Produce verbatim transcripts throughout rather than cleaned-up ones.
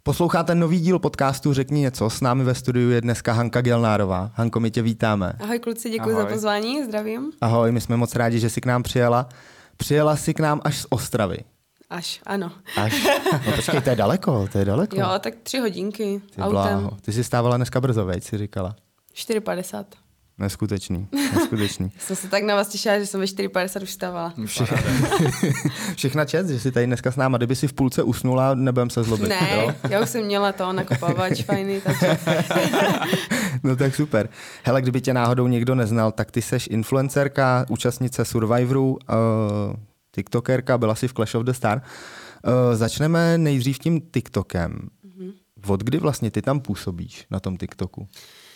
Posloucháte nový díl podcastu Řekni něco. S námi ve studiu je dneska Hanka Gelnárová. Hanko, my tě vítáme. Ahoj kluci, děkuji za pozvání, zdravím. Ahoj, my jsme moc rádi, že jsi k nám přijela. Přijela jsi k nám až z Ostravy. Až, ano. Až? No počkej, to je daleko, to je daleko. Jo, tak tři hodinky Ty autem. Bláho. Ty jsi stávala dneska brzo, veď, jsi říkala. čtyři padesát. Neskutečný, neskutečný. Jsem se tak na vás těšila, že jsem ve čtyři padesát už stávala. Vše... Všechna čest, že jsi tady dneska s náma. Kdyby si v půlce usnula, nebudem se zlobit. Ne, jo? já už jsem měla to nakopávač fajný. Takže... No tak super. Hele, kdyby tě náhodou někdo neznal, tak ty seš influencerka, účastnice Survivoru, uh, tiktokerka, byla jsi v Clash of the Star. Uh, začneme nejdřív tím TikTokem. Mm-hmm. Od kdy vlastně ty tam působíš na tom TikToku?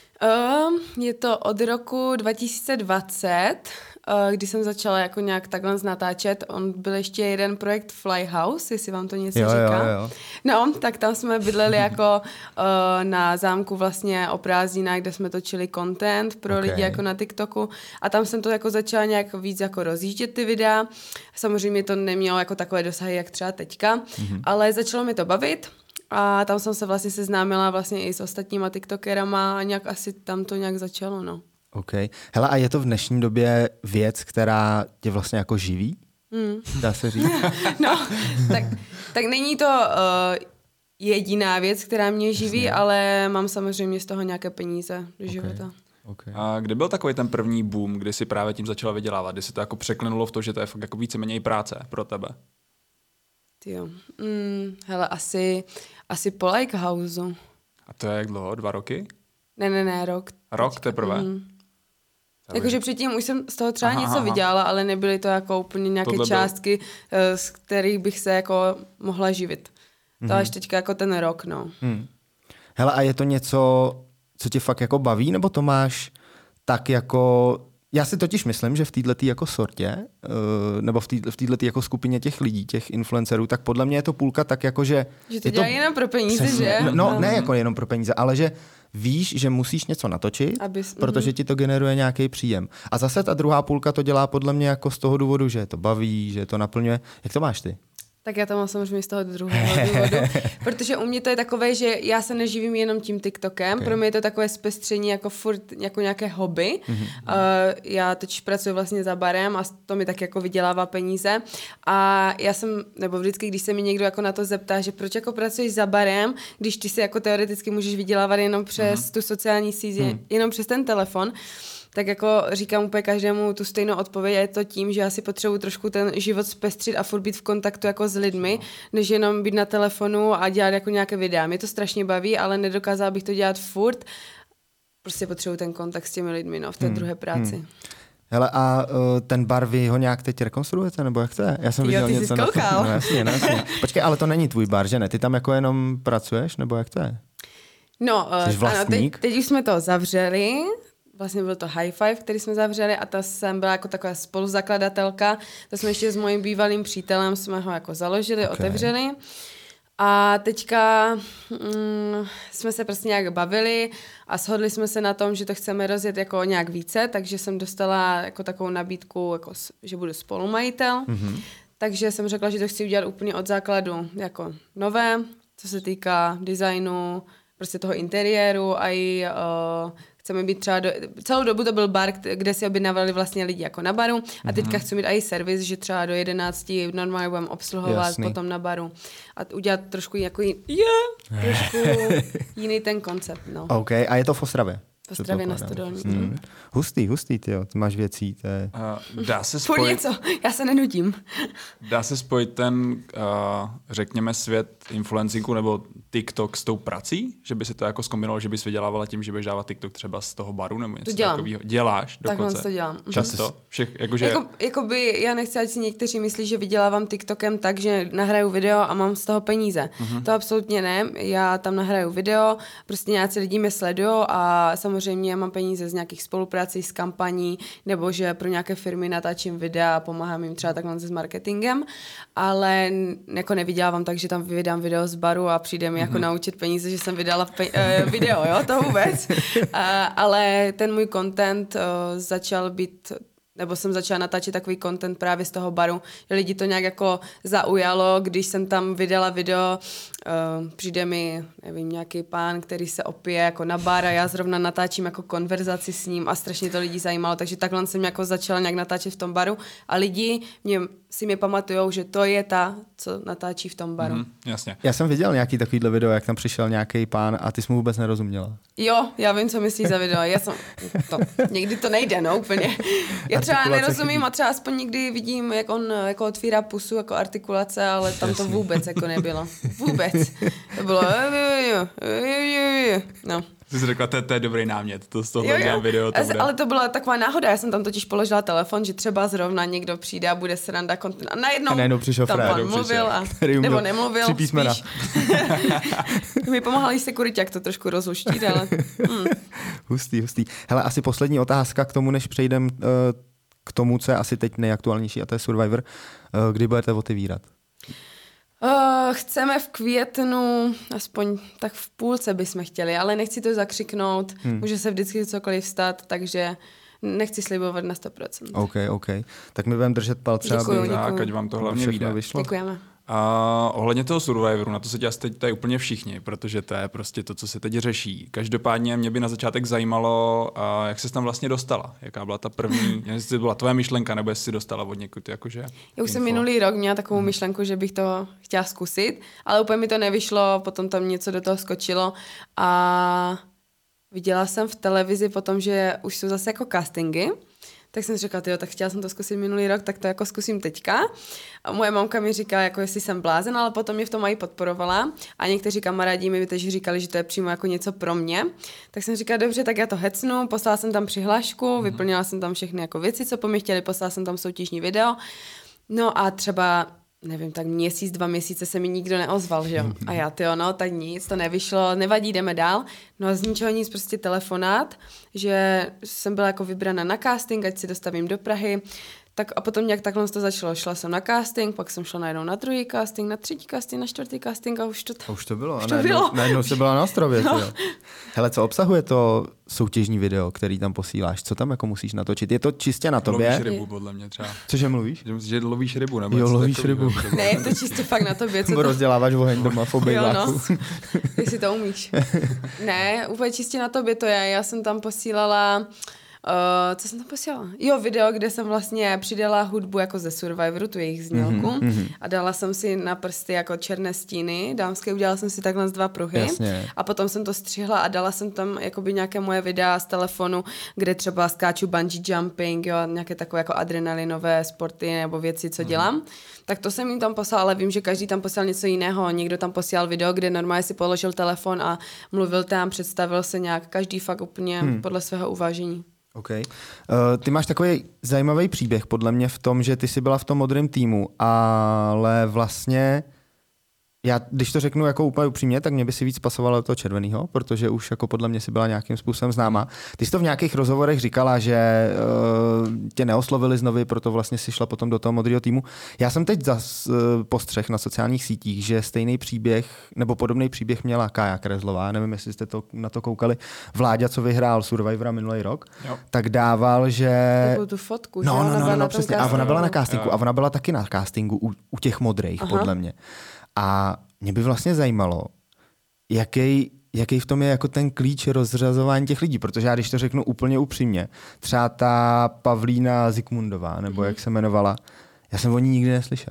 Um, je to od roku dva tisíce dvacet, uh, kdy jsem začala jako nějak takhle natáčet. On byl ještě jeden projekt Flyhouse, jestli vám to něco jo, říká. Jo, jo. No, tak tam jsme bydleli jako uh, na zámku vlastně o prázdninách, kde jsme točili content pro okay. lidi jako na TikToku. A tam jsem to jako začala nějak víc jako rozjíždět ty videa. Samozřejmě to nemělo jako takové dosahy, jak třeba teďka, mm-hmm. ale začalo mi to bavit. A tam jsem se vlastně seznámila vlastně i s ostatníma tiktokerama a nějak asi tam to nějak začalo, no. OK. Hele, a je to v dnešní době věc, která tě vlastně jako živí? Mm. Dá se říct? No, tak, tak není to uh, jediná věc, která mě živí, Jasně. ale mám samozřejmě z toho nějaké peníze do okay. života. Okay. A kdy byl takový ten první boom, kdy jsi právě tím začala vydělávat, kdy se to jako překlenulo v to, že to je fakt jako víceméně práce pro tebe? Tyjo. Mm, hele, asi, asi po Likehouse. A to je jak dlouho? Dva roky? Ne, ne, ne, rok. Rok teďka. Teprve? Mm. Jakože předtím už jsem z toho třeba aha, něco aha. vydělala, ale nebyly to jako úplně nějaké Tohle částky, byl... z kterých bych se jako mohla živit. Mm-hmm. To až teďka jako ten rok, no. Mm. Hele, a je to něco, co tě fakt jako baví, nebo to máš tak jako... Já si totiž myslím, že v této jako sortě, nebo v této jako skupině těch lidí, těch influencerů, tak podle mě je to půlka tak jako, že... Že to dělají jenom pro peníze, přesně, že? No, no ne jako jenom pro peníze, ale že víš, že musíš něco natočit, Abys, protože ti to generuje nějaký příjem. A zase ta druhá půlka to dělá podle mě jako z toho důvodu, že to baví, že to naplňuje. Jak to máš ty? Tak já to mám samozřejmě z toho druhého důvodu, protože u mě to je takové, že já se neživím jenom tím TikTokem, okay. pro mě je to takové zpestření jako furt jako nějaké hobby. Mm-hmm. Uh, já teď pracuji vlastně za barem a to mi tak jako vydělává peníze a já jsem, nebo vždycky, když se mi někdo jako na to zeptá, že proč jako pracuješ za barem, když ty si jako teoreticky můžeš vydělávat jenom přes mm-hmm. tu sociální síť, mm. jenom přes ten telefon, tak jako říkám úplně každému tu stejnou odpověď a je to tím, že já si potřebuji trošku ten život zpestřit a furt být v kontaktu jako s lidmi, než jenom být na telefonu a dělat jako nějaké videa. Mě to strašně baví, ale nedokázala bych to dělat furt. Prostě potřebuji ten kontakt s těmi lidmi, no, v té hmm. druhé práci. Hmm. Hele, a uh, ten bar vy ho nějak teď rekonstruujete, nebo jak to je? Já jsem jo, viděl ty něco jsi zkoukal. No jasně, no jasně. Počkej, ale to není tvůj bar, že ne? Ty tam jako jenom pracuješ, nebo jak to je? No, uh, ano, teď, teď už jsme to zavřeli. Vlastně byl to High Five, který jsme zavřeli a ta jsem byla jako taková spoluzakladatelka. To jsme ještě s mojím bývalým přítelem jsme ho jako založili, okay. otevřeli. A teďka mm, jsme se prostě nějak bavili a shodli jsme se na tom, že to chceme rozjet jako nějak více, takže jsem dostala jako takovou nabídku, jako, že budu spolumajitel. Mm-hmm. Takže jsem řekla, že to chci udělat úplně od základu jako nové, co se týká designu, prostě toho interiéru a i uh, chceme být třeba, do, celou dobu to byl bar, kde si objednávali vlastně lidi jako na baru a teďka mm-hmm. chci mít i servis, že třeba do jedenácti normálně budeme obsluhovat Jasný. Potom na baru a udělat trošku jako jiný, yeah, trošku jiný ten koncept. No. OK, a je to v Ostravě? V Ostravě na Stodolní. Hmm. Hustý, hustý, tyjo, ty máš věcí. To je... uh, dá se spojit... Půjď něco, já se nenudím. Dá se spojit ten, uh, řekněme, svět influencingu nebo TikTok s tou prací? Že by si to jako zkombinovalo, že bys vydělávala tím, že budeš dávat TikTok třeba z toho baru nebo něco takového? Děláš dokonce? Takhle to dělám. Často? Všech, jakože... jako, jakoby, já nechci, ať si někteří myslí, že vydělávám TikTokem tak, že nahraju video a mám z toho peníze. Uh-huh. To absolutně ne. Já tam nahraju video, prostě nějací lidi mě sledují a samozřejmě mám peníze z nějakých spoluprací s kampaní, nebo že pro nějaké firmy natáčím videa a pomáhám jim třeba takhle s marketingem, ale jako nevydělávám tak, že tam vydám video z baru a přijde mi mm-hmm. jako naučit peníze, že jsem vydala pe- uh, video, jo, to vůbec. uh, ale ten můj content uh, začal být nebo jsem začala natáčet takový content právě z toho baru, že lidi to nějak jako zaujalo, když jsem tam vydala video, uh, přijde mi, nevím, nějaký pán, který se opije jako na bar a já zrovna natáčím jako konverzaci s ním a strašně to lidi zajímalo, takže takhle jsem jako začala nějak natáčet v tom baru a lidi mě, si mě pamatujou, že to je ta, co natáčí v tom baru. Mm, jasně. Já jsem viděl nějaký takovýhle video, jak tam přišel nějaký pán a ty jsi mu vůbec nerozuměla. Jo, já vím, co myslíš za video. Já jsem, to, někdy to nejde, no úplně. Já třeba nerozumím a třeba aspoň někdy vidím, jak on jako otvírá pusu jako artikulace, ale tam to vůbec jako nebylo. Vůbec. To bylo no. Ty jsi řekla, to, to je dobrý námět, to z toho dělám video. To bude. Ale to byla taková náhoda, já jsem tam totiž položila telefon, že třeba zrovna někdo přijde a bude sranda content. A najednou, a najednou přišel tam Fred, pan mluvil, a, nebo nemluvil, spíš. Mi pomáhal i sekuriťák to trošku rozluštit, ale... Hmm. Hustý, hustý. Hele, asi poslední otázka k tomu, než přejdem uh, k tomu, co je asi teď nejaktuálnější, a to je Survivor. Uh, kdy budete otevírat? Uh, chceme v květnu, aspoň tak v půlce bychom chtěli, ale nechci to zakřiknout, hmm. může se vždycky cokoliv stát, takže nechci slibovat na sto procent. OK, OK. Tak my budeme držet palce, děkuju, aby děkuju. ať vám to hlavně vyjde. Děkujeme. A ohledně toho Survivoru, na to se tě asi teď tady úplně všichni, protože to je prostě to, co se teď řeší. Každopádně mě by na začátek zajímalo, jak ses tam vlastně dostala. Jaká byla ta první, jestli byla tvoje myšlenka, nebo jestli si dostala od někud, jakože... Já už jsem minulý rok měla takovou hmm. myšlenku, že bych to chtěla zkusit, ale úplně mi to nevyšlo, potom tam něco do toho skočilo a viděla jsem v televizi potom, že už jsou zase jako castingy. Tak jsem si řekla, tyjo, tak chtěla jsem to zkusit minulý rok, tak to jako zkusím teďka. A moje mamka mi říká, jako jestli jsem blázen, ale potom mě v tom i podporovala. A někteří kamarádi mi teď říkali, že to je přímo jako něco pro mě. Tak jsem říkala, dobře, tak já to hecnu, poslala jsem tam přihlášku, vyplnila jsem tam všechny jako věci, co po mě chtěli, poslala jsem tam soutěžní video. No a třeba nevím, tak měsíc, dva měsíce se mi nikdo neozval, že jo. A já, tyjo, no, tak nic, to nevyšlo, nevadí, jdeme dál. No a z ničeho nic, prostě telefonát, že jsem byla jako vybraná na casting, ať si dostavím do Prahy. Tak a potom nějak takhle to začalo. Šla jsem na casting, pak jsem šla najednou na druhý casting, na třetí casting, na čtvrtý casting a už to... A už to bylo. Už a to najednou, bylo. najednou se byla na ostrově. No. Hele, co obsahuje to soutěžní video, který tam posíláš? Co tam jako musíš natočit? Je to čistě na tobě? Lovíš rybu, podle mě třeba. Cože mluvíš? Že, že lovíš rybu, nebo jo, lovíš rybu. Ne, je to čistě fakt na tobě. Co to... rozděláváš oheň doma v obejváku. Jo, no. Jestli to umíš. Ne, úplně čistě na tobě to je. Já jsem tam posílala... Uh, co jsem tam posílala? Jo, video, kde jsem vlastně přidala hudbu jako ze Survivoru, tu jejich znělku mm-hmm. a dala jsem si na prsty jako černé stíny dámské, udělala jsem si takhle z dva pruhy. Jasně. A potom jsem to střihla a dala jsem tam jakoby nějaké moje videa z telefonu, kde třeba skáču bungee jumping, jo, nějaké takové jako adrenalinové sporty nebo věci, co mm-hmm. dělám. Tak to jsem jim tam poslala, ale vím, že každý tam posílal něco jiného. Někdo tam posílal video, kde normálně si položil telefon a mluvil tam, představil se nějak, každý fakt úplně hmm. podle svého uvážení. OK. Uh, ty máš takový zajímavý příběh podle mě v tom, že ty jsi byla v tom modrém týmu, ale vlastně já, když to řeknu jako úplně upřímně, tak mě by si víc pasovalo do toho červeného, protože už jako podle mě si byla nějakým způsobem známá. Ty jsi to v nějakých rozhovorech říkala, že uh, tě neoslovili znovu, proto vlastně si šla potom do toho modrého týmu. Já jsem teď zas uh, postřeh na sociálních sítích, že stejný příběh nebo podobný příběh měla Kája Krezlová, nevím, jestli jste to, na to koukali, Vláďa, co vyhrál Survivora minulý rok, jo. tak dával, že... Takovou tu fotku, no, že no, ona no, byla no, na přesně. castingu. A ona byla na castingu a ona byla taky na castingu u, u těch modrých, Aha. podle mě. A mě by vlastně zajímalo, jaký, jaký v tom je jako ten klíč rozřazování těch lidí, protože já když to řeknu úplně upřímně, třeba ta Pavlína Zikmundová, nebo jak se jmenovala, já jsem o ní nikdy neslyšel.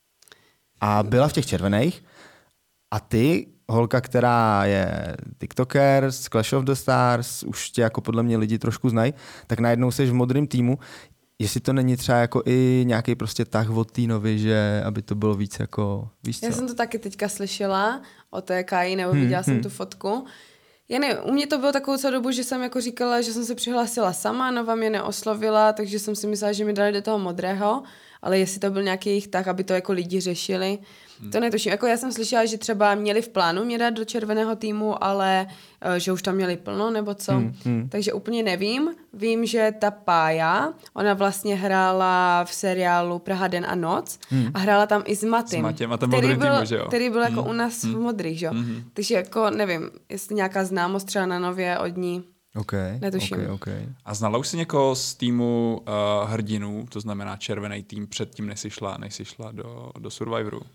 A byla v těch červených a ty, holka, která je tiktoker z Clash of the Stars, už tě jako podle mě lidi trošku znají, tak najednou jsi v modrém týmu. Jestli to není třeba jako i nějaký prostě tah od té novy, že aby to bylo víc jako, víš co? Já jsem to taky teďka slyšela o té Káji, nebo viděla hmm, jsem hmm. tu fotku. Já nevím, u mě to bylo takovou celou dobu, že jsem jako říkala, že jsem se přihlásila sama, Nova mě neoslovila, takže jsem si myslela, že mi dali do toho modrého, ale jestli to byl nějaký jejich tah, aby to jako lidi řešili, hmm. to netuším. Jako já jsem slyšela, že třeba měli v plánu mě dát do červeného týmu, ale že už tam měli plno, nebo co. Hmm. Hmm. Takže úplně nevím. Vím, že ta Pája, ona vlastně hrála v seriálu Praha den a noc hmm. a hrála tam i s Matym. S Matěm a tam který byl, týmu, že jo? Který byl jako hmm. u nás hmm. v modrých, že jo. Hmm. Takže jako nevím, jestli nějaká známost třeba na Nově od ní. Okay, Netuším. Okay, okay. A znala už jsi někoho z týmu uh, hrdinů, to znamená červený tým, předtím, než jsi šla, než jsi šla do, do Survivoru? Uh,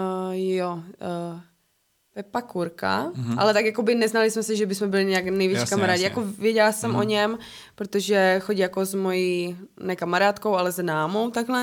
jo, uh, Pepa Kurka, mm-hmm. ale tak jako by neznali jsme se, že bychom byli nějak největší jasně, kamarádi. Jasně. Jako věděla jsem mm-hmm. o něm, protože chodí jako s mojí, ne kamarádkou, ale známou takhle.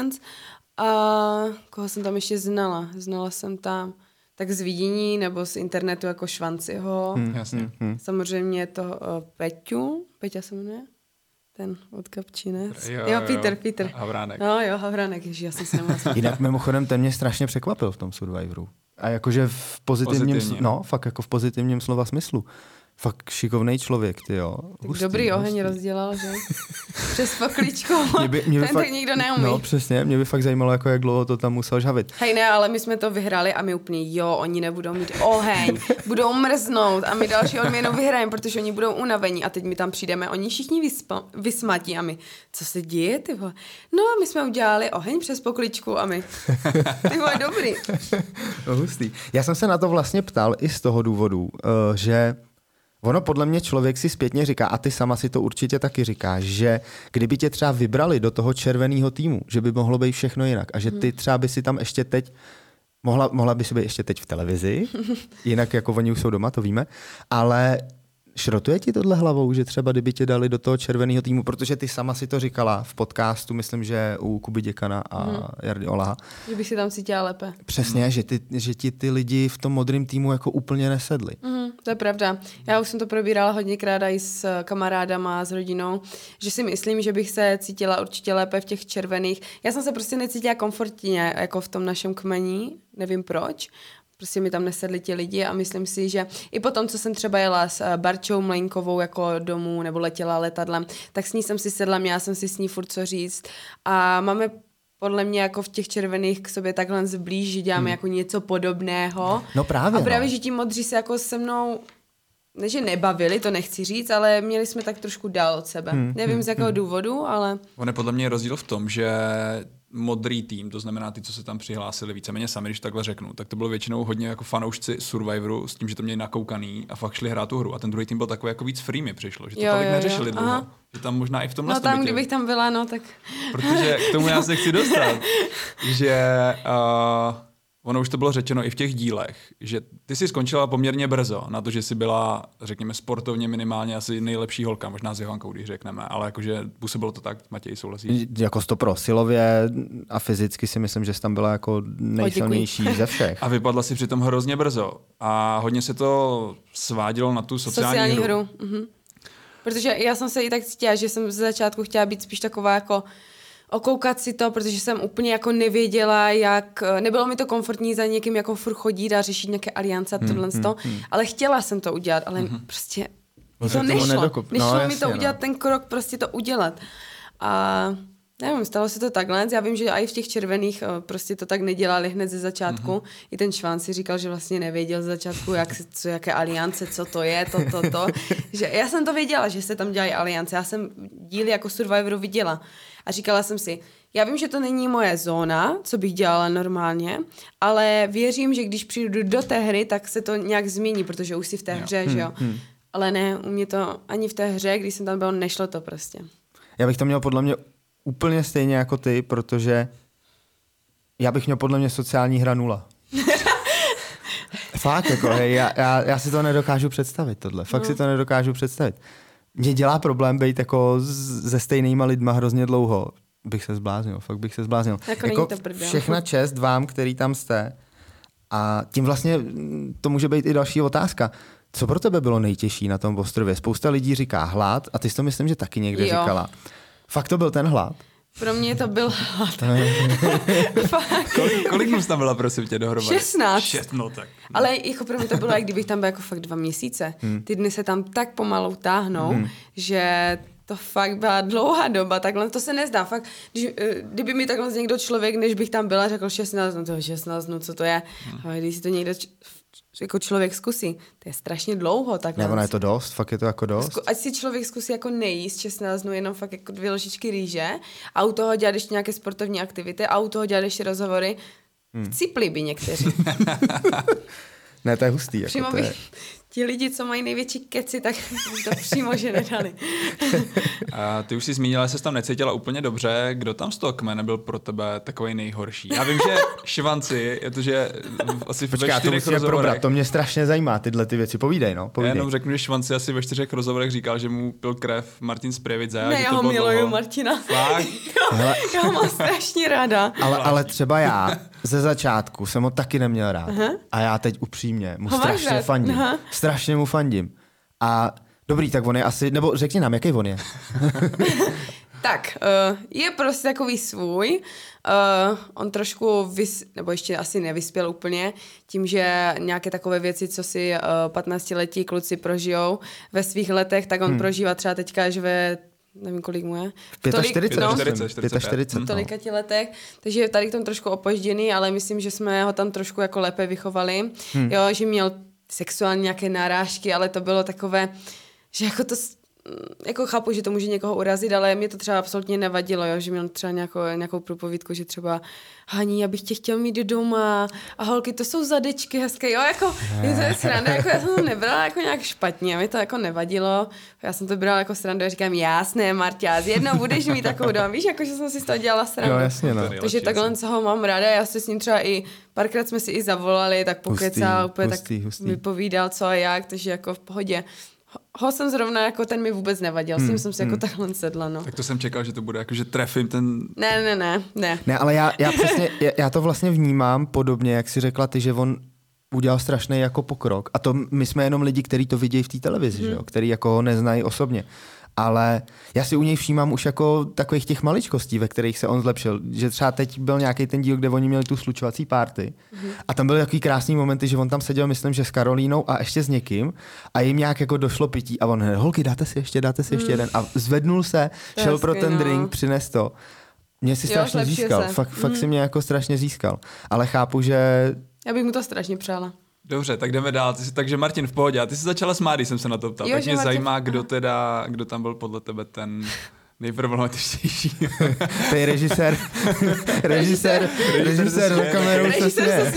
A koho jsem tam ještě znala? Znala jsem tam tak z vidění nebo z internetu jako Švanciho. Mm, jasně. Mm. Samozřejmě to uh, Peťu. Peťa se jmenuje? Ten od Kapčine. Jo, jo, Peter, jo. Peter. Havránek. No jo, Havránek, ježi, já jsem se nemohla. Jinak mimochodem ten mě strašně překvapil v tom Survivoru. A jakože v pozitivním, Pozitivně. no, fakt jako v pozitivním slova smyslu. Fakt šikovnej člověk, ty jo. Hustý, dobrý oheň hustý. Rozdělal, že? Přes pokličku. Mě by, mě by ten fakt, tak nikdo neumí. No přesně, mě by fakt zajímalo, jako jak dlouho to tam musel žhavit. Hej ne, ale my jsme to vyhrali a my úplně jo, oni nebudou mít oheň, budou mrznout a my další odměnu vyhrajeme, protože oni budou unavení a teď my tam přijdeme, oni všichni vyspa, vysmatí a my, co se děje, ty vole? No a my jsme udělali oheň přes pokličku a my, ty vole, dobrý. No, hustý. Já jsem se na to vlastně ptal i z toho důvodu, uh, že ono podle mě člověk si zpětně říká, a ty sama si to určitě taky říkáš, že kdyby tě třeba vybrali do toho červeného týmu, že by mohlo být všechno jinak a že ty třeba by si tam ještě teď, mohla, mohla by si být ještě teď v televizi, jinak jako oni už jsou doma, to víme, ale šrotuje ti tohle hlavou, že třeba kdyby tě dali do toho červeného týmu, protože ty sama si to říkala v podcastu, myslím, že u Kuby Děkana a hmm. Jardy Olaha. Že bych si tam cítila lépe. Přesně, hmm. že, ty, že ti ty lidi v tom modrém týmu jako úplně nesedli. Hmm, to je pravda. Já už jsem to probírala hodněkrát i s kamarádama, s rodinou, že si myslím, že bych se cítila určitě lépe v těch červených. Já jsem se prostě necítila komfortně jako v tom našem kmeni, nevím proč. Prostě mi tam nesedli ti lidi a myslím si, že i potom, co jsem třeba jela s Barčou Mlejnkovou jako domů nebo letěla letadlem, tak s ní jsem si sedla, měla jsem si s ní furt co říct a máme podle mě jako v těch červených k sobě takhle zblíž, že děláme hmm. jako něco podobného. No právě. A právě, no. že ti modří se jako se mnou ne, že nebavili, to nechci říct, ale měli jsme tak trošku dál od sebe. Hmm. Nevím, hmm. z jakého hmm. důvodu, ale... On je podle mě rozdíl v tom, že modrý tým, to znamená ty, co se tam přihlásili víceméně sami, když takhle řeknu, tak to bylo většinou hodně jako fanoušci Survivoru s tím, že to měli nakoukaný a fakt šli hrát tu hru. A ten druhý tým byl takový jako víc free, mi přišlo, že to jo, tolik jo, neřešili jo. dlouho. Aha. Že tam možná i v tomhle No tam, kdybych tam byla, no tak... Protože k tomu já se chci dostat, že... Uh, ono už to bylo řečeno i v těch dílech, že ty jsi skončila poměrně brzo na to, že jsi byla, řekněme, sportovně minimálně asi nejlepší holka, možná s Johankou, když řekneme, ale jakože působilo to tak, Matěj, souhlasí? Jako sto pro silově a fyzicky si myslím, že jsi tam byla jako nejsilnější ze všech. A vypadla si přitom hrozně brzo a hodně se to svádělo na tu sociální, sociální hru. hru. Mhm. Protože já jsem se i tak cítila, že jsem ze začátku chtěla být spíš taková jako okoukat si to, protože jsem úplně jako nevěděla, jak, nebylo mi to komfortní za někým jako furt chodit a řešit nějaké aliance a tohle hmm, hmm, hmm. ale chtěla jsem to udělat, ale hmm. prostě no, to nešlo. Nedokup... Nešlo no, mi jasně, to udělat, no. ten krok prostě to udělat. A nevím, stalo se to takhle, já vím, že i v těch červených prostě to tak nedělali hned ze začátku. Mm-hmm. I ten Šván si říkal, že vlastně nevěděl ze začátku, jak, co, jaké aliance, co to je, to, to, to. Že já jsem to věděla, že se tam dělají aliance, já jsem díly jako Survivoru viděla. A říkala jsem si, já vím, že to není moje zóna, co bych dělala normálně, ale věřím, že když přijdu do té hry, tak se to nějak změní, protože už si v té hře, jo. že jo. Hmm, hmm. Ale ne, u mě to ani v té hře, když jsem tam byla, nešlo to prostě. Já bych to měl podle mě úplně stejně jako ty, protože já bych měl podle mě sociální hra nula. Fakt, jako, hej, já, já, já si to nedokážu představit, tohle. Fakt no. si to nedokážu představit. Mně dělá problém být jako se stejnýma lidma hrozně dlouho. Bych se zbláznil, fakt bych se zbláznil. Jako, jako to všechna čest vám, který tam jste. A tím vlastně to může být i další otázka. Co pro tebe bylo nejtěžší na tom ostrově? Spousta lidí říká hlad a ty jsi to myslím, že taky někde jo. říkala. Fakt to byl ten hlad? Pro mě to byl hlad. kolik, kolik mus tam byla, prosím tě, dohromady? šestnáct. Šest, no tak. No. Ale jako pro mě to bylo, jak kdybych tam byla jako fakt dva měsíce. Hmm. Ty dny se tam tak pomalu táhnou, hmm. že to fakt byla dlouhá doba. Takhle to se nezdá. Fakt, když, kdyby mi takhle někdo člověk, než bych tam byla, řekl šestnáct, no to je šestnáct, no co to je? Hmm. Ale když si to někdo jako člověk zkusí, to je strašně dlouho. Nebo ne, je to dost, fakt je to jako dost. Ať si člověk zkusí jako nejíst šestnáct dnů, jenom fakt jako dvě ložičky rýže a u toho dělat ještě nějaké sportovní aktivity a u toho dělat ještě rozhovory. Hmm. Cipli by někteří. Ne, to je hustý. Jako Přímo to je... bych ti lidi, co mají největší keci, tak to přímo, že nedali. A ty už jsi zmínila, že jsi tam necítila úplně dobře. Kdo tam z toho kmene byl pro tebe takový nejhorší? Já vím, že Šivanci, je to, že asi Počkej, ve čtyřech to rozhovorech... probrat, to mě strašně zajímá, tyhle ty věci. Povídej, no. Povídej. Já jenom řeknu, že Šivanci asi ve čtyřech rozhovorech říkal, že mu pil krev Martin Sprievidze. Ne, já ho miluju, dlouho. Martina. Fakt? Já ho mám strašně ráda. Ale, ale třeba já ze začátku jsem ho taky neměl rád. Aha. A já teď upřímně mu ho strašně fandím. Aha. Strašně mu fandím. A dobrý, tak on je asi, nebo řekni nám, jaký on je. Tak, uh, je prostě takový svůj. Uh, on trošku, vys, nebo ještě asi nevyspěl úplně, tím, že nějaké takové věci, co si uh, patnáctiletí kluci prožijou ve svých letech, tak on hmm. prožívá třeba teďka až ve nevím, kolik mu je. čtyřicet, no, čtyřicet, čtyřicet, v tolika ti letech, takže je tady k tomu trošku opožděný, ale myslím, že jsme ho tam trošku jako lépe vychovali. Hmm. Jo, že měl sexuální nějaké narážky, ale to bylo takové, že jako to jako chápu, že to může někoho urazit, ale mě to třeba absolutně nevadilo, jo, že měl třeba nějakou, nějakou průpovídku, že třeba Hani, já bych tě chtěl mít doma a holky, to jsou zadečky hezké, jo, jako je to je sranda, jako já jsem to nebrala jako nějak špatně, mi to jako nevadilo, já jsem to brala jako srandu a říkám, jasné, Marťa, jednou budeš mít takovou doma, víš, jako že jsem si z toho dělala srandu. Jo, jasně, no. Takže takhle ho mám ráda, já se s ním třeba i párkrát jsme si i zavolali, tak pokecal, úplně hustý, tak hustý. Vypovídal co a jak, takže jako v pohodě. Ho jsem zrovna, jako ten mi vůbec nevadil, hmm, s tím jsem si hmm. jako takhle sedla, no. Tak to jsem čekal, že to bude jako, že trefím ten... Ne, ne, ne, ne. Ne, ale já, já přesně, já, já to vlastně vnímám podobně, jak si řekla ty, že on udělal strašný jako pokrok. A to my jsme jenom lidi, kteří to vidějí v té televizi, hmm. že jo, který jako ho neznají osobně. Ale já si u něj všímám už jako takových těch maličkostí, ve kterých se on zlepšil. Že třeba teď byl nějaký ten díl, kde oni měli tu slučovací party mm-hmm. a tam byly takový krásný momenty, že on tam seděl, myslím, že s Karolínou a ještě s někým a jim nějak jako došlo pití a on hned, holky, dáte si ještě, dáte si ještě mm. jeden. A zvednul se, to šel pro ten no. drink, přines to. Mě si strašně jo, získal. Se. Fakt, fakt mm. si mě jako strašně získal. Ale chápu, že... Já bych mu to strašně přála. Dobře, tak jdeme dál. Ty jsi, takže Martin v pohodě. A ty jsi začala smát, když jsem se na to ptal. Jo, tak mě Martin... zajímá, kdo teda, kdo tam byl podle tebe ten nejproblematičtější. To je režisér. režisér. Režisér na kameru se směje.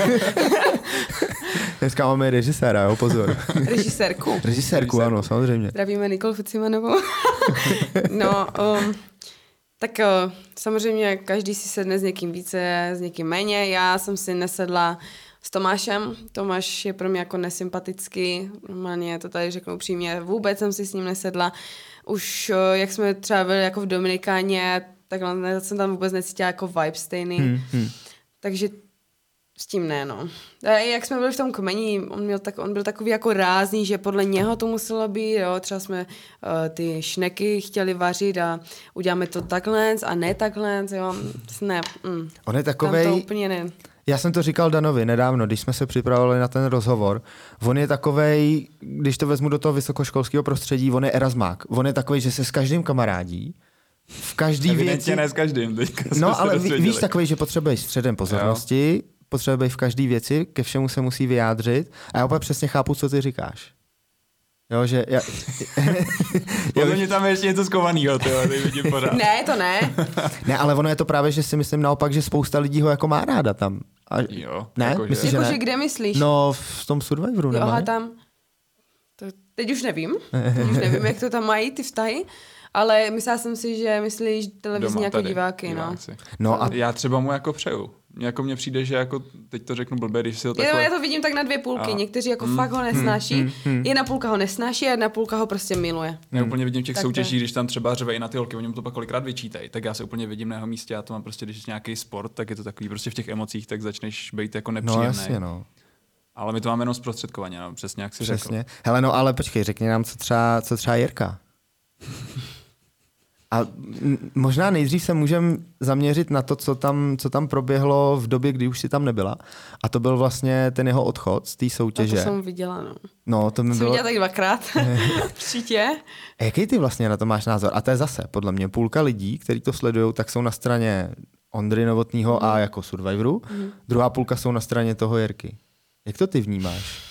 Dneska máme režiséra, jo, pozor. Režisérku. Režisérku, ano, samozřejmě. Zdravíme Nikolu Fucimanovou. no, um, tak uh, samozřejmě každý si sedne s někým více, s někým méně. Já jsem si nesedla s Tomášem. Tomáš je pro mě jako nesympatický. Normálně to tady řeknu upřímně. Vůbec jsem si s ním nesedla. Už jak jsme třeba byli jako v Dominikáně, tak jsem tam vůbec necítila jako vibe stejný. Hmm, hmm. Takže s tím ne, no. A jak jsme byli v tom kmeni, on, měl tak, on byl takový jako rázný, že podle něho to muselo být, jo. Třeba jsme uh, ty šneky chtěli vařit a uděláme to takhle a ne takhle, jo. Ne, mm. On je takovej... Tam to úplně ne... Já jsem to říkal Danovi nedávno, když jsme se připravovali na ten rozhovor. On je takovej, když to vezmu do toho vysokoškolského prostředí, on je erasmák. On je takovej, že se s každým kamarádí, v každý Evidentně věci... Evidentně ne s každým. No, ale ví, víš takovej, že potřebuješ středem pozornosti, jo. potřebuješ v každý věci, ke všemu se musí vyjádřit a já úplně přesně chápu, co ty říkáš. Jo, že já... Podle mě tam je ještě něco skovanýho, tyjo, ty vidím pořád. Ne, to ne. Ne, ale ono je to právě, že si myslím naopak, že spousta lidí ho jako má ráda tam. A... Jo. Ne? Jako, Myslíš, že... že jako, ne? že kde myslíš? No, v tom Survivoru jo, nemá. tam. To, teď už nevím. Teď už nevím, jak to tam mají ty vztahy. Ale myslela jsem si, že myslíš televizní jako tady, diváky, diváci. no. no a... Já třeba mu jako přeju. Jako mně přijde, že jako, teď to řeknu blbě, když si ho takhle... Já to vidím tak na dvě půlky. A... Někteří jako mm, fakt ho nesnáší. Mm, mm, jedna půlka ho nesnáší a jedna půlka ho prostě miluje. Já mm. úplně vidím těch tak soutěží, to... když tam třeba řve i na ty holky, oni mu to pak kolikrát vyčítají, tak já se úplně vidím na jeho místě, já to mám prostě, když je nějaký sport, tak je to takový prostě v těch emocích, tak začneš být jako nepříjemný. No jasně, no. Ale my to máme jenom zprostředkovaně, no, přesně jak si přesně. řekl. Hele, no ale počkej, řekni nám, co třeba, co třeba Jirka. A možná nejdřív se můžeme zaměřit na to, co tam, co tam proběhlo v době, kdy už si tam nebyla. A to byl vlastně ten jeho odchod z té soutěže. A to jsem viděla, no. No, to mi jsem bylo... viděla tak dvakrát. Určitě. A jaký ty vlastně na to máš názor? A to je zase, podle mě, půlka lidí, kteří to sledují, tak jsou na straně Ondry Novotného mm. a jako Survivoru. Mm. Druhá půlka jsou na straně toho Jirky. Jak to ty vnímáš?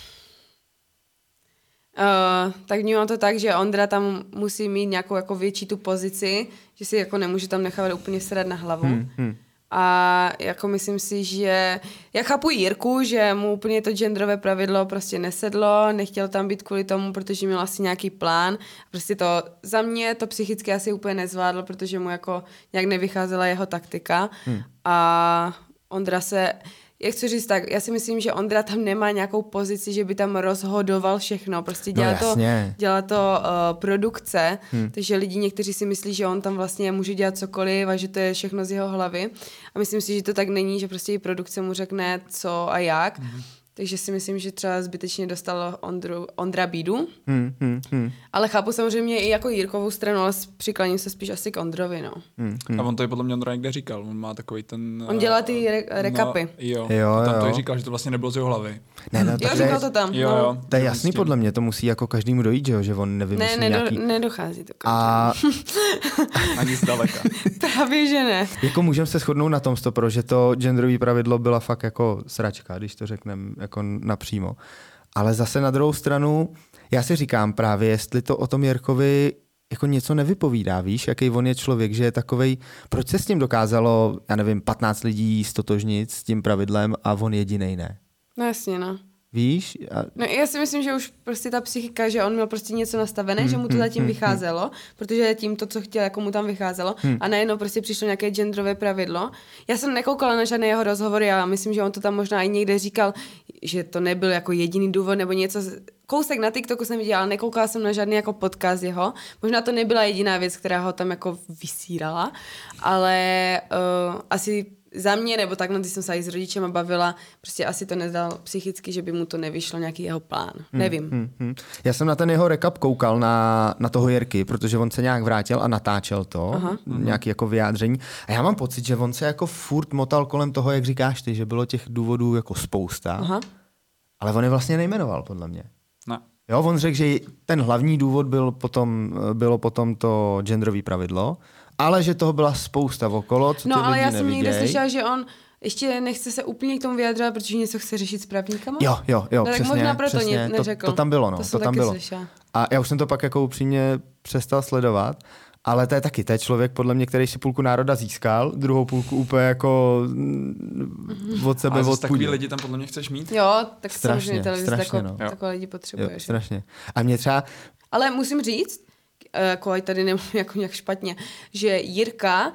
Uh, tak vnímám to tak, že Ondra tam musí mít nějakou jako větší tu pozici, že si jako nemůže tam nechávat úplně sedat na hlavu. Hmm, hmm. A jako myslím si, že já chápu Jirku, že mu úplně to genderové pravidlo prostě nesedlo, nechtěl tam být kvůli tomu, protože měl asi nějaký plán. Prostě to za mě to psychicky asi úplně nezvládl, protože mu jako nějak nevycházela jeho taktika. Hmm. A Ondra se... Jak chci říct tak, já si myslím, že Ondra tam nemá nějakou pozici, že by tam rozhodoval všechno. Prostě dělá no, to, dělá to uh, produkce, hmm. takže lidi někteří si myslí, že on tam vlastně může dělat cokoliv a že to je všechno z jeho hlavy. A myslím si, že to tak není, že prostě i produkce mu řekne co a jak. Hmm. Takže si myslím, že třeba zbytečně dostal Ondru, Ondra bídu. Hmm, hmm, hmm. Ale chápu samozřejmě i jako Jirkovou stranu, ale přikláním se spíš asi k Ondrovi, no. Hmm, hmm. A on to je podle mě Ondra někde říkal. On má takový ten... On dělá ty re- rekapy. No, jo. jo, tam jo. to i říkal, že to vlastně nebylo z jeho hlavy. Ne, no, jo, říkal to tam. Jo, no. jo. To je jasný podle mě, to musí jako každému dojít, že, jo? Že on nevymyslí ne, nějaký... Ne, nedochází to každému. A... Ani zdaleka. Právě, že ne. Jako můžeme se shodnout na tom stopro, že to genderové pravidlo byla fakt jako sračka, když to řekneme jako napřímo. Ale zase na druhou stranu, já si říkám právě, jestli to o tom Jirkovi jako něco nevypovídá, víš, jaký on je člověk, že je takovej, proč se s tím dokázalo, já nevím, patnáct lidí stotožnit s tím pravidlem a on jedinej ne. No jasně, no. Víš? A... No já si myslím, že už prostě ta psychika, že on měl prostě něco nastavené, hmm, že mu to zatím hmm, vycházelo, hmm. protože tím to, co chtěl, jako mu tam vycházelo hmm. a najednou prostě přišlo nějaké genderové pravidlo. Já jsem nekoukala na žádné jeho rozhovory a myslím, že on to tam možná i někde říkal, že to nebyl jako jediný důvod nebo něco. Kousek na TikToku jsem viděla, ale nekoukala jsem na žádný jako podcast jeho. Možná to nebyla jediná věc, která ho tam jako vysírala, ale uh, asi za mě, nebo takhle, když jsem se i s rodičema bavila, prostě asi to nezdal psychicky, že by mu to nevyšlo nějaký jeho plán. Hmm, Nevím. Hmm, hmm. Já jsem na ten jeho recap koukal na, na toho Jirky, protože on se nějak vrátil a natáčel to, Aha. nějaký jako vyjádření. A já mám pocit, že on se jako furt motal kolem toho, jak říkáš ty, že bylo těch důvodů jako spousta, Aha. ale on je vlastně nejmenoval, podle mě. Ne. Jo, on řekl, že ten hlavní důvod byl potom, bylo potom to genderové pravidlo, ale že toho byla spousta okolo, co ty No, ale lidi já jsem neviděj. někde slyšela, že on ještě nechce se úplně k tomu vyjadřovat, protože něco chce řešit s právníkama. Jo, jo, jo, no, přesně. Tak možná proto přesně, neřekl. To, to tam bylo, no. To, to tam bylo. Slyšela. A já už jsem to pak jako upřímně přestal sledovat, ale to je taky, to je člověk podle mě, který si půlku národa získal, druhou půlku úplně jako od sebe odpudil. Ale takový lidi tam podle mě chceš mít? Jo, tak strašně, samozřejmě televizi strašně, tako, no. takové lidi potřebuješ. Jo, strašně. A mě třeba... Ale musím říct, jako ať tady nemám jako nějak špatně, že Jirka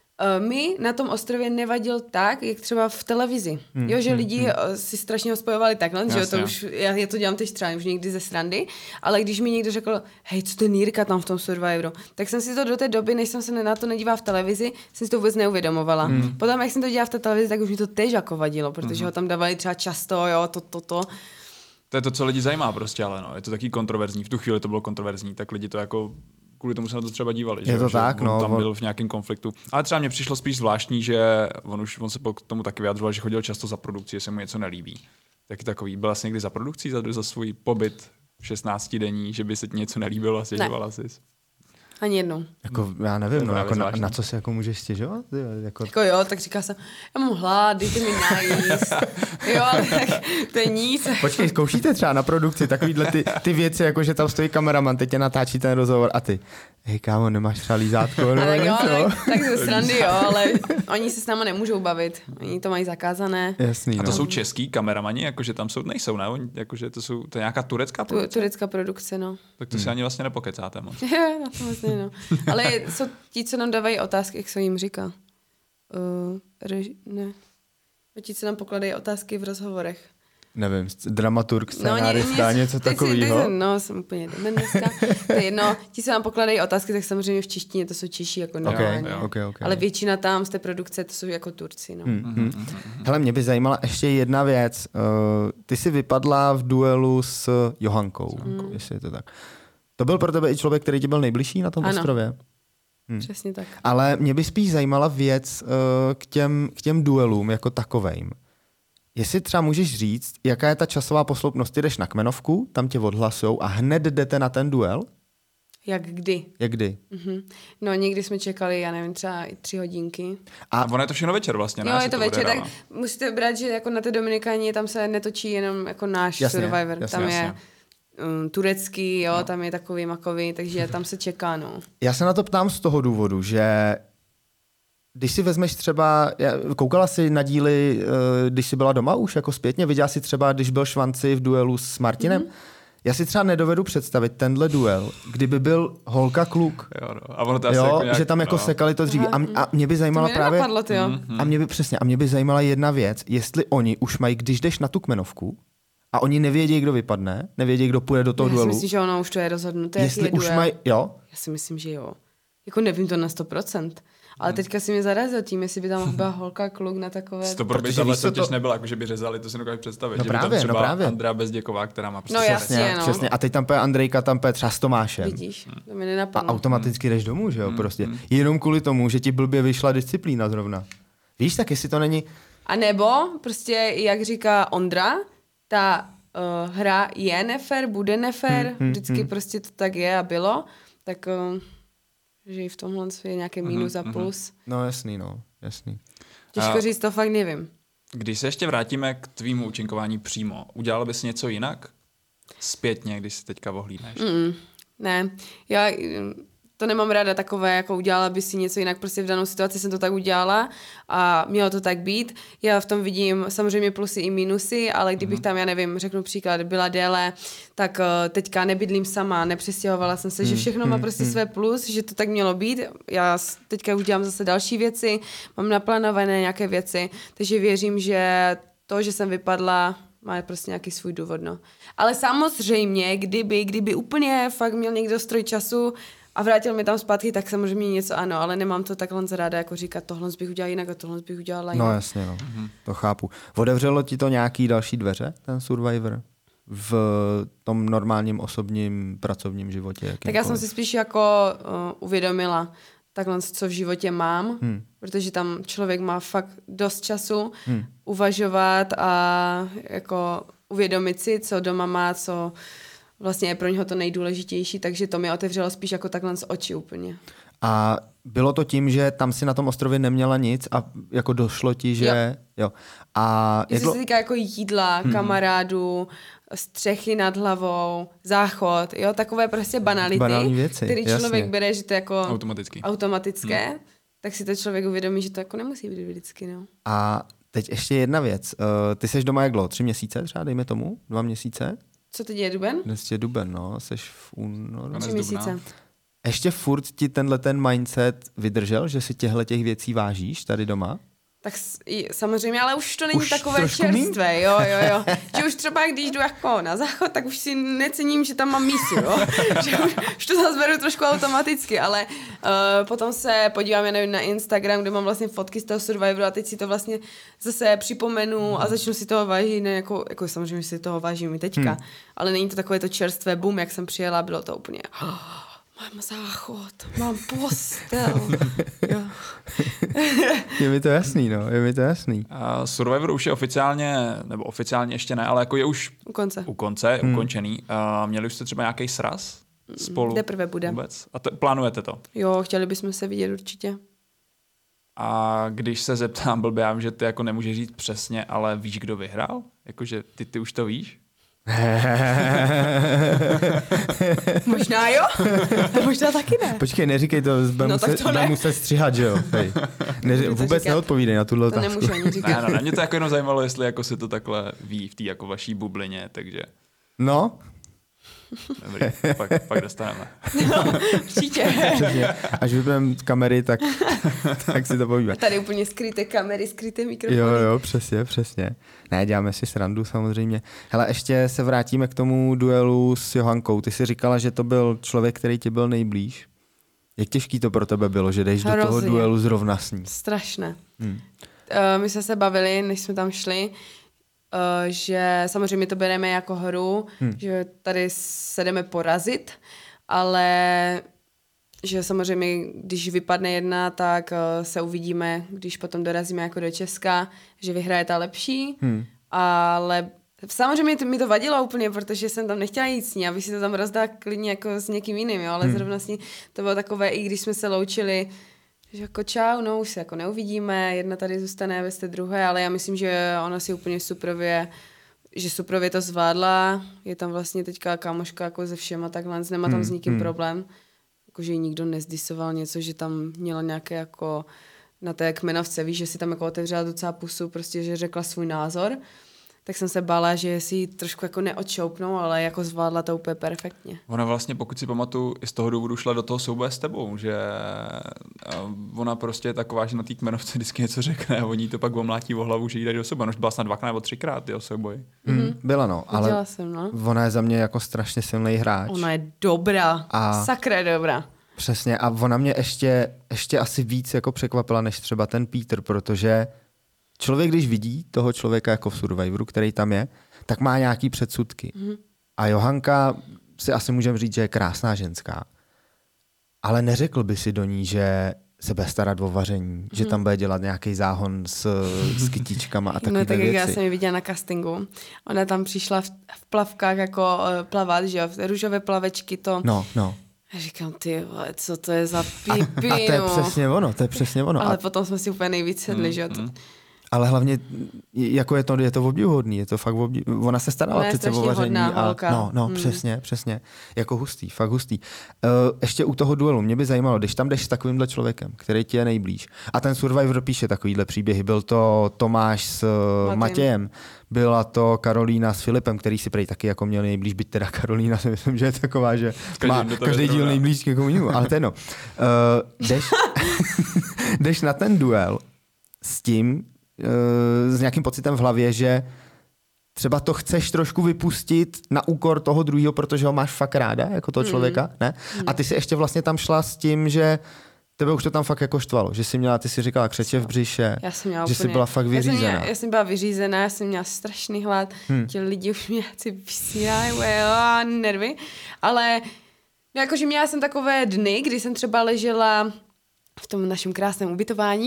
mi na tom ostrově nevadil tak, jak třeba v televizi. Hmm, jo, že hmm, lidi hmm. si strašně ho spojovali takhle, že jo, to už, já, já to dělám teď třeba už někdy ze srandy, ale když mi někdo řekl, hej, co ten Jirka tam v tom Survivoru, tak jsem si to do té doby, než jsem se na to nedívala v televizi, jsem si to vůbec neuvědomovala. Hmm. Potom, jak jsem to dělala v té televizi, tak už mi to též jako vadilo, protože hmm. ho tam dávali třeba často, jo, to, to, to. To je to, co lidi zajímá prostě, ale no, je to taky kontroverzní. V tu chvíli to bylo kontroverzní, tak lidi to jako kvůli tomu se na to třeba dívali. Je že, to že tak, on no. tam on... byl v nějakém konfliktu. Ale třeba mně přišlo spíš zvláštní, že on už on se k tomu taky vyjadřoval, že chodil často za produkcí, jestli mu něco nelíbí. Taky takový. Byl asi někdy za produkcí za, za svůj pobyt šestnáctidenní, že by se ti něco nelíbilo a stěžovala jsi? Ani jednou. Jako, já nevím, no, jako na, na co se jako můžeš stěžovat? Jako... jako jo, tak říká se, já mám hlad, dejte mi najíst. Jo, ale tak to je nic. Počkej, zkoušíte třeba na produkci takovýhle ty, ty věci, jako že tam stojí kameraman, teď tě natáčí ten rozhovor a ty, hej kámo, nemáš třeba lízátko? Tak jo, tak, tak ze srandy jo, ale oni se s náma nemůžou bavit. Oni to mají zakázané. Jasný, a to no. jsou český kameramani, jakože tam jsou, nejsou, ne? Oni, jakože to jsou, to je nějaká turecká produkce? Tu, turecká produkce, no. Tak to hmm. si ani vlastně nepokecáte moc. Jo, no to vlastně no. Ale jsou ti, co nám dávají otázky, jak se jim říká. Uh, reži, ne. Ti, co nám pokladají otázky v rozhovorech. Nevím, dramaturg, scénárista, no, něco takového. No, jsem úplně demen dneska. To je jedno, ti se nám pokladají otázky, tak samozřejmě v češtině to jsou Češi jako normálně. Okay, okay, okay. Ale většina tam z té produkce to jsou jako Turci. No. Hmm, hmm. Hele, mě by zajímala ještě jedna věc. Uh, ty jsi vypadla v duelu s Johankou, hmm. jestli je to tak. To byl pro tebe i člověk, který ti byl nejbližší na tom ano. ostrově? Hmm. Přesně tak. Ale mě by spíš zajímala věc uh, k, těm, k těm duelům jako takovejm. Jestli třeba můžeš říct, jaká je ta časová posloupnost, ty jdeš na kmenovku, tam tě odhlasujou a hned jdete na ten duel? Jak kdy? Jak kdy? Mm-hmm. No někdy jsme čekali, já nevím, třeba i tři hodinky. A, a ono je to všechno večer vlastně, ne? Jo, je to, to večer, tak musíte brát, že jako na té Dominikáně tam se netočí jenom jako náš jasně, Survivor. Jasně, tam jasně. je um, turecký, jo, no. Tam je takový makový, takže tam se čeká, no. Já se na to ptám z toho důvodu, že když si vezmeš třeba, koukala jsi na díly, když jsi byla doma už jako zpětně, viděla si třeba, když byl Švanci v duelu s Martinem? Mm-hmm. Já si třeba nedovedu představit tenhle duel, kdyby byl holka kluk. Jo, no. A ono to asi jo, jako nějak, že tam jako no. sekali to dříví. A, a mě by zajímala mě právě... Napadlo, tyjo. A mě by přesně, a mě by zajímala jedna věc, jestli oni už mají, když jdeš na tu kmenovku a oni nevědí, kdo vypadne, nevědí, kdo půjde do toho Já duelu. Já si myslím, že ono už to je rozhodnuté, jestli jaký je už duel. mají, jo? Já si myslím, že jo. Jako nevím to na sto procent. Ale teďka si mě zarazil tím, jestli by tam byla holka, kluk na takové... To by tahle soutěž to... nebyla, jako že by řezali, to si dokážu představit. No že právě, by tam třeba no právě. Andrea Bezděková, která má prostě... No jasně, no. Přesně. A teď tam půjde Andrejka, tam půjde třeba s Tomášem. Vidíš, to mi nenapadlo. A automaticky jdeš domů, že jo, hmm. prostě. Hmm. Jenom kvůli tomu, že ti blbě vyšla disciplína zrovna. Víš, tak jestli to není... A nebo prostě, jak říká Ondra, ta uh, hra je nefér, bude nefér, hmm, hmm, vždycky hmm. prostě to tak je a bylo, tak... Uh, že i v tomhle je nějaké minus a plus. No jasný, no, jasný. Těžko říct, to fakt nevím. Když se ještě vrátíme k tvýmu účinkování přímo, udělala bys něco jinak? Zpětně, když si teďka ohlídneš. Mm, ne, já to nemám ráda takové, jako udělala by si něco jinak, prostě v danou situaci jsem to tak udělala a mělo to tak být. Já v tom vidím samozřejmě plusy i minusy, ale kdybych tam, já nevím, řeknu příklad, byla déle, tak teďka nebydlím sama, nepřestěhovala jsem se, že všechno má prostě své plus, že to tak mělo být. Já teďka už dělám zase další věci, mám naplánované nějaké věci, takže věřím, že to, že jsem vypadla, má prostě nějaký svůj důvod, no. Ale samozřejmě, kdyby, kdyby úplně fakt měl někdo stroj času a vrátil mi tam zpátky, tak samozřejmě něco ano, ale nemám to takhle ráda, jako říkat, tohle bych udělala jinak a tohle bych udělala jinak. No jasně, no. Mm-hmm. To chápu. Otevřelo ti to nějaký další dveře, ten Survivor? V tom normálním osobním pracovním životě? Jakýmkoliv? Tak já jsem si spíš jako uh, uvědomila takhle, co v životě mám, hmm. protože tam člověk má fakt dost času hmm. uvažovat a jako uvědomit si, co doma má, co vlastně je pro něho to nejdůležitější, takže to mi otevřelo spíš jako takhle z očí úplně. A bylo to tím, že tam si na tom ostrově neměla nic a jako došlo ti, že... Jo. jo. A Jestli se týká jako jídla, hmm. kamarádů, střechy nad hlavou, záchod, jo, takové prostě banality, banální věci, který jasně. člověk bere, že to je jako automatický. automatické, hmm. tak si to člověk uvědomí, že to jako nemusí být vždycky, no. A teď ještě jedna věc. Uh, ty seš doma jak dlouho? Tři měsíce třeba, dejme tomu? Dva měsíce? Co teď je duben? Dnes je duben, no. Seš v únoru. Tři měsíce. Ještě furt ti tenhle ten mindset vydržel, že si těchto těch věcí vážíš tady doma? Tak samozřejmě, ale už to není už takové čerstvé, jo, jo, jo. Že už třeba, když jdu jako na záchod, tak už si necením, že tam mám mísu, jo. Že už, už to zase beru trošku automaticky, ale uh, potom se podívám, já nevím, na Instagram, kde mám vlastně fotky z toho Survivoru a teď si to vlastně zase připomenu a začnu si toho vážit, ne, jako, jako samozřejmě si toho vážím i teďka, hmm. ale není to takové to čerstvé boom, jak jsem přijela, bylo to úplně... Mám záchod, mám postel. Jo. Je mi to jasný, no, je mi to jasný. Uh, Survivor už je oficiálně, nebo oficiálně ještě ne, ale jako je už u konce, u konce hmm. ukončený. Uh, měli už jste třeba nějaký sraz spolu? Teprve bude. Vůbec? A to, plánujete to? Jo, chtěli bychom se vidět určitě. A když se zeptám, blbě, já vím, že ty jako nemůžeš říct přesně, ale víš, kdo vyhrál? Jakože ty, ty už to víš? Možná jo, možná taky ne. Počkej, neříkej to, bude no, muset, to muset stříhat, že jo? Neři, vůbec říkat. Neodpovídej na tuhle otázku. To nemůžu ani říkat. Ne, no, mě to jako jenom zajímalo, jestli jako se to takhle ví v té jako vaší bublině, takže... No. Dobrý, pak, pak dostaneme. No, určitě. Až vypneme kamery, tak, tak si to povíme. Tady úplně skryté kamery, skryté mikrofony. Jo, jo, přesně, přesně. Ne, děláme si srandu samozřejmě. Hele, ještě se vrátíme k tomu duelu s Johankou. Ty jsi říkala, že to byl člověk, který ti byl nejblíž. Jak těžký to pro tebe bylo, že jdeš Hrozně. do toho duelu zrovna s ní? Strašné. Hmm. Uh, my jsme se bavili, než jsme tam šli, Uh, že samozřejmě to bereme jako hru, hmm. že tady se jdeme porazit, ale že samozřejmě, když vypadne jedna, tak uh, se uvidíme, když potom dorazíme jako do Česka, že vyhraje ta lepší, hmm. ale samozřejmě to, mi to vadilo úplně, protože jsem tam nechtěla jít s ní, abych si to tam rozdala klidně jako s někým jiným, jo, ale hmm. zrovna s ní to bylo takové, i když jsme se loučili, že jako čau, no už se jako neuvidíme, jedna tady zůstane ve té druhé, ale já myslím, že ona si úplně suprově, že suprově to zvládla, je tam vlastně teďka kámoška jako ze všema takhle, nemá tam s nikým hmm. problém, jakože jí nikdo nezdisoval něco, že tam měla nějaké jako na té kmenovce, víš, že si tam jako otevřela docela pusu, prostě, že řekla svůj názor, tak jsem se bála, že si ji trošku jako neodšoupnou, ale jako zvládla to úplně perfektně. Ona vlastně, pokud si pamatuju, i z toho důvodu šla do toho souboje s tebou, že ona prostě je taková, že na té kmenovce vždycky něco řekne a oni to pak omlátí o hlavu, že jí dají do soboje. Ona byla snad dvakrát nebo třikrát, jo, souboj. Mm, byla no, ale jsem, no. ona je za mě jako strašně silný hráč. Ona je dobrá, a... sakra je dobrá. Přesně a ona mě ještě, ještě asi víc jako překvapila, než třeba ten Peter, protože člověk, když vidí toho člověka jako v Survivoru, který tam je, tak má nějaký předsudky. Mm. A Johanka si asi můžeme říct, že je krásná ženská. Ale neřekl by si do ní, že se bude starat o vaření, mm. že tam bude dělat nějaký záhon s, s kytičkama a takové no, tak věci. Jak já jsem ji viděla na castingu. Ona tam přišla v, v plavkách jako uh, plavat, že jo, v růžové plavečky to... No, no. A říkám, ty vole, co to je za pipinu. A, a to je přesně ono, to je přesně ono. Ale a... potom jsme si úplně nejvíc sedli, mm, že jo. Mm. Ale hlavně, jako je to, je to obdivuhodný, je to fakt obdiv... Ona se starala Ona přece o vaření. A... No, no, hmm. přesně, přesně. Jako hustý, fakt hustý. Uh, ještě u toho duelu, mě by zajímalo, když tam jdeš s takovýmhle člověkem, který ti je nejblíž. A ten Survivor píše takovýhle příběhy. Byl to Tomáš s Matějem. Matějem. Byla to Karolína s Filipem, který si prej taky jako měl nejblíž, byť teda Karolína si myslím, že je taková, že má každý díl nejblíž k někomu jinému. Ale to je no. Uh, jdeš, jdeš na ten duel s tím, s nějakým pocitem v hlavě, že třeba to chceš trošku vypustit na úkor toho druhého, protože ho máš fakt ráda, jako toho člověka, mm. ne? A ty si ještě vlastně tam šla s tím, že tebe už to tam fakt jako štvalo, že jsi měla, ty si říkala křeče v břiše, já jsem měla že úplně, jsi byla fakt vyřízená. Já jsem, měla, já jsem byla vyřízená, já jsem měla strašný hlad, hmm. ti lidi už mě chci vysílají, nervy, ale jakože měla jsem takové dny, kdy jsem třeba ležela v tom našem krásném ubytování.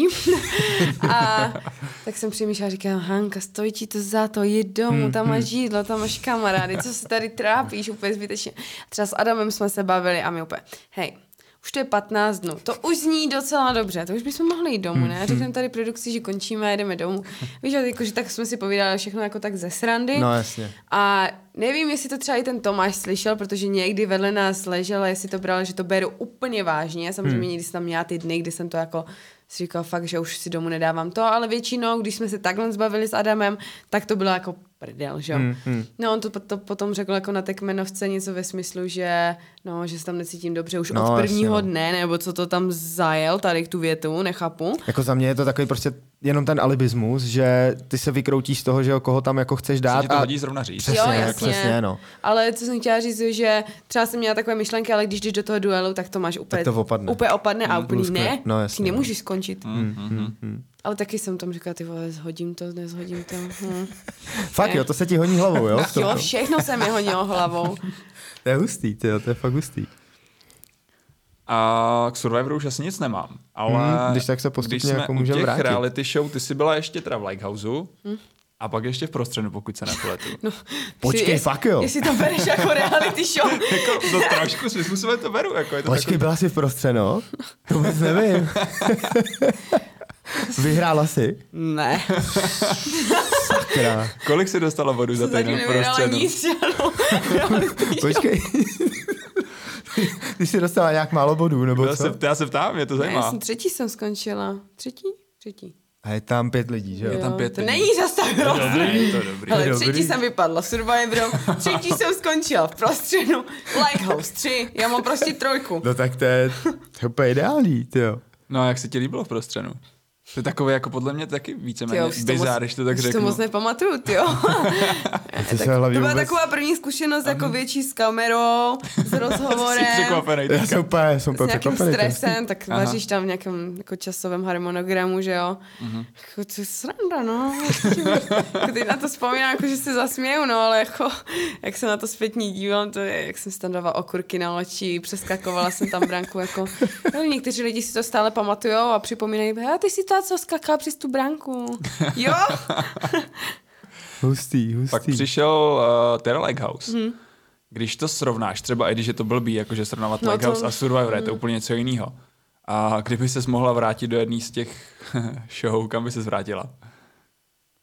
A tak jsem přemýšlela, říkám, Hanka, stojí ti to za to, jdi domů, hmm, tam máš hmm. jídlo, tam máš kamarády, co se tady trápíš úplně zbytečně. Třeba s Adamem jsme se bavili a my úplně, hej, už to je patnáct dnů, to už zní docela dobře, to už bychom mohli jít domů, ne? Řekneme tady produkci, že končíme a jdeme domů. Víš, jako, že tak jsme si povídali všechno jako tak ze srandy. No jasně. A nevím, jestli to třeba i ten Tomáš slyšel, protože někdy vedle nás ležel a jestli to bral, že to beru úplně vážně. Samozřejmě hmm. někdy jsem tam měla ty dny, kdy jsem to jako si říkal fakt, že už si domů nedávám to, ale většinou, když jsme se takhle zbavili s Adamem, tak to bylo jako prdel, že jo. Hmm, hmm. No on to, to potom řekl jako na té kmenovce něco ve smyslu, že no, že se tam necítím dobře už no, od prvního jasně, dne, nebo co to tam zajel, tady tu větu, nechápu. Jako za mě je to takový prostě jenom ten alibismus, že ty se vykroutíš z toho, že koho tam jako chceš dát. Se ti to hodí zrovna říct. Přesně, jo, jasně. Přesně, no. Ale co jsem chtěla říct, že třeba jsem měla takové myšlenky, ale když jdeš do toho duelu, tak to máš úplně, tak to opadne. úplně opadne a úplně ne, no, jasně, ty nemůžeš skončit. Mm, mm, mm. Ale taky jsem tam říkala, ty vole, zhodím to, nezhodím to. Hm. Fakt jo, to se ti honí hlavou, jo? Jo, všechno se mi honilo hlavou. To je hustý, tyjo, to je fakt hustý. A k Survivoru už asi nic nemám, ale hmm, když tak se postupně jako můžeme vrátit. Když reality show, ty jsi byla ještě teda v Lighthouseu hmm. a pak ještě v Prostředu, pokud se nepletu. No, počkej, jestli, fakt jo. Jestli to bereš jako reality show. Jako, no trošku svým způsobem to beru. Jako je to počkej, takový... byla jsi v Prostředu? To vůbec nevím. Vyhrála jsi? Ne. Sakra. Kolik jsi dostala vodu za ten v Prostředu? Nic, ano. Počkej. Ty jsi dostala nějak málo bodů, nebo já co? Se, já se ptám, mě to zajímá. Ne, já jsem třetí jsem skončila. Třetí? Třetí. A je tam pět lidí, že jo? Je tam pět to lidí. není zas tak dobrý. To dobrý. Ale dobrý. třetí jsem vypadla Survivorom, třetí jsem skončila v Prostředu, Lighthouse tři, já mám prostě trojku. No tak to je, to je úplně ideální, tyjo. No a jak se ti líbilo v Prostředu? To je takové jako podle mě taky víceméně bizár, když to tak řeknu. to moc nepamatuju, tyjo. tak, to byla vůbec... taková první zkušenost ano. jako větší s kamerou, s rozhovorem. Jsi překvapený. Já jsem úplně, jsem úplně s nějakým překvapený. stresem, tak aha. vaříš tam v nějakém jako časovém harmonogramu, že jo. Uh-huh. Jako, to je sranda, no. Teď na to vzpomínám, jako, že se zasměju, no, ale jako, jak se na to zpětně dívám, to je, jak jsem si tam dávala okurky na oči, přeskakovala jsem tam branku, jako, no, někteří lidi si to stále pamatujou a připomínají, a ty si ta, co skaká přes tu branku. Jo? hustý, hustý. Pak přišel uh, teda Lighthouse. Hmm. Když to srovnáš, třeba i když je to blbý, jakože srovnávat no Lighthouse to... a Survivor, hmm. je to úplně něco jiného. A kdyby ses mohla vrátit do jedné z těch show, kam by ses vrátila?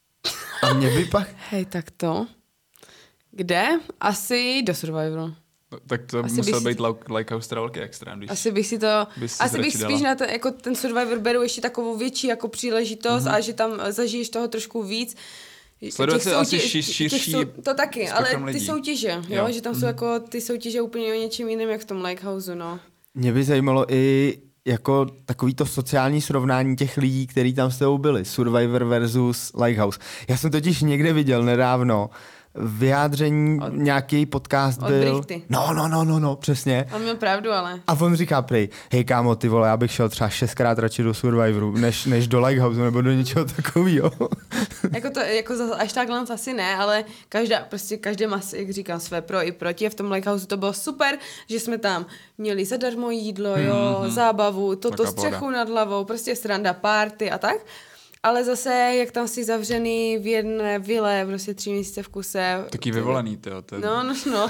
A mě by pak... Hej, tak to. Kde? Asi do Survivoru. No, tak to asi musel být si... Likehouse teda velký extrém. Když asi bych si to, asi bych spíš na to, jako ten Survivor beru ještě takovou větší jako příležitost mm-hmm. a že tam zažiješ toho trošku víc. Sleduje se asi širší sou, to taky, ale ty lidí. Soutěže, jo? jo, že tam mm-hmm. jsou jako ty soutěže úplně o něčem jiném, jak v tom Likehouse, no. Mě by zajímalo i jako takový to sociální srovnání těch lidí, kteří tam s tebou byli. Survivor versus Likehouse. Já jsem totiž někde viděl nedávno vyjádření, od, nějaký podcast od byl. Brichty. No, no, no, no, no, přesně. On měl pravdu, ale. A on říká prej, hej kámo, ty vole, já bych šel třeba šestkrát radši do Survivoru, než, než do Likehouse nebo do něčeho takového. jako to, jako až takhle asi ne, ale každá, prostě každý má, jak říkám, své pro i proti. V tom Likehouse to bylo super, že jsme tam měli zadarmo jídlo, jo, mm-hmm. zábavu, toto střechu nad hlavou, prostě sranda, party a tak. Ale zase, jak tam si zavřený v jedné vile, prostě tři měsíce v kuse. Taky vyvolený, tyjo. Ten... No, no, no.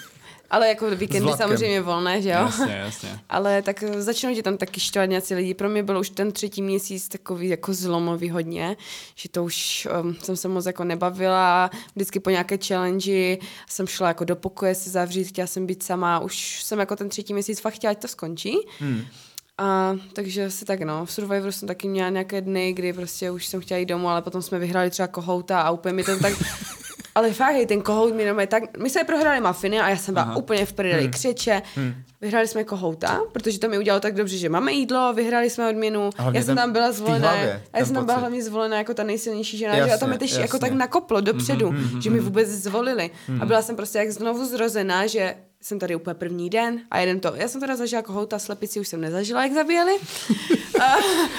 Ale jako víkendy samozřejmě volné, že jo? Jasně, jasně. Ale tak začnou tě tam taky štvat nějací lidi. Pro mě byl už ten třetí měsíc takový jako zlomový hodně, že to už um, jsem se moc jako nebavila. Vždycky po nějaké challenge jsem šla jako do pokoje se zavřít, chtěla jsem být sama. Už jsem jako ten třetí měsíc fakt chtěla, ať to skončí. Hmm. A takže asi tak no, v Survivoru jsem taky měla nějaké dny, kdy prostě už jsem chtěla jít domů, ale potom jsme vyhráli třeba kohouta a úplně mi to tak... Ale fakt, hej, ten kohout mi normálně tak... My jsme prohráli mafiny a já jsem byla Aha. úplně v prdeli, hmm. křeče. Hmm. Vyhráli jsme kohouta, protože to mi udělalo tak dobře, že máme jídlo, vyhráli jsme odměnu. Já jsem tam byla zvolená. Hlavě, já jsem tam byla hlavně zvolená jako ta nejsilnější žena, jasně, že a to mi teď jako tak nakoplo dopředu, mm-hmm, že mi vůbec zvolili. Mm-hmm. A byla jsem prostě jak znovu zrozená, že jsem tady úplně první den a jeden to. Já jsem teda zažila kohouta, slepici už jsem nezažila, jak zabíjeli. a,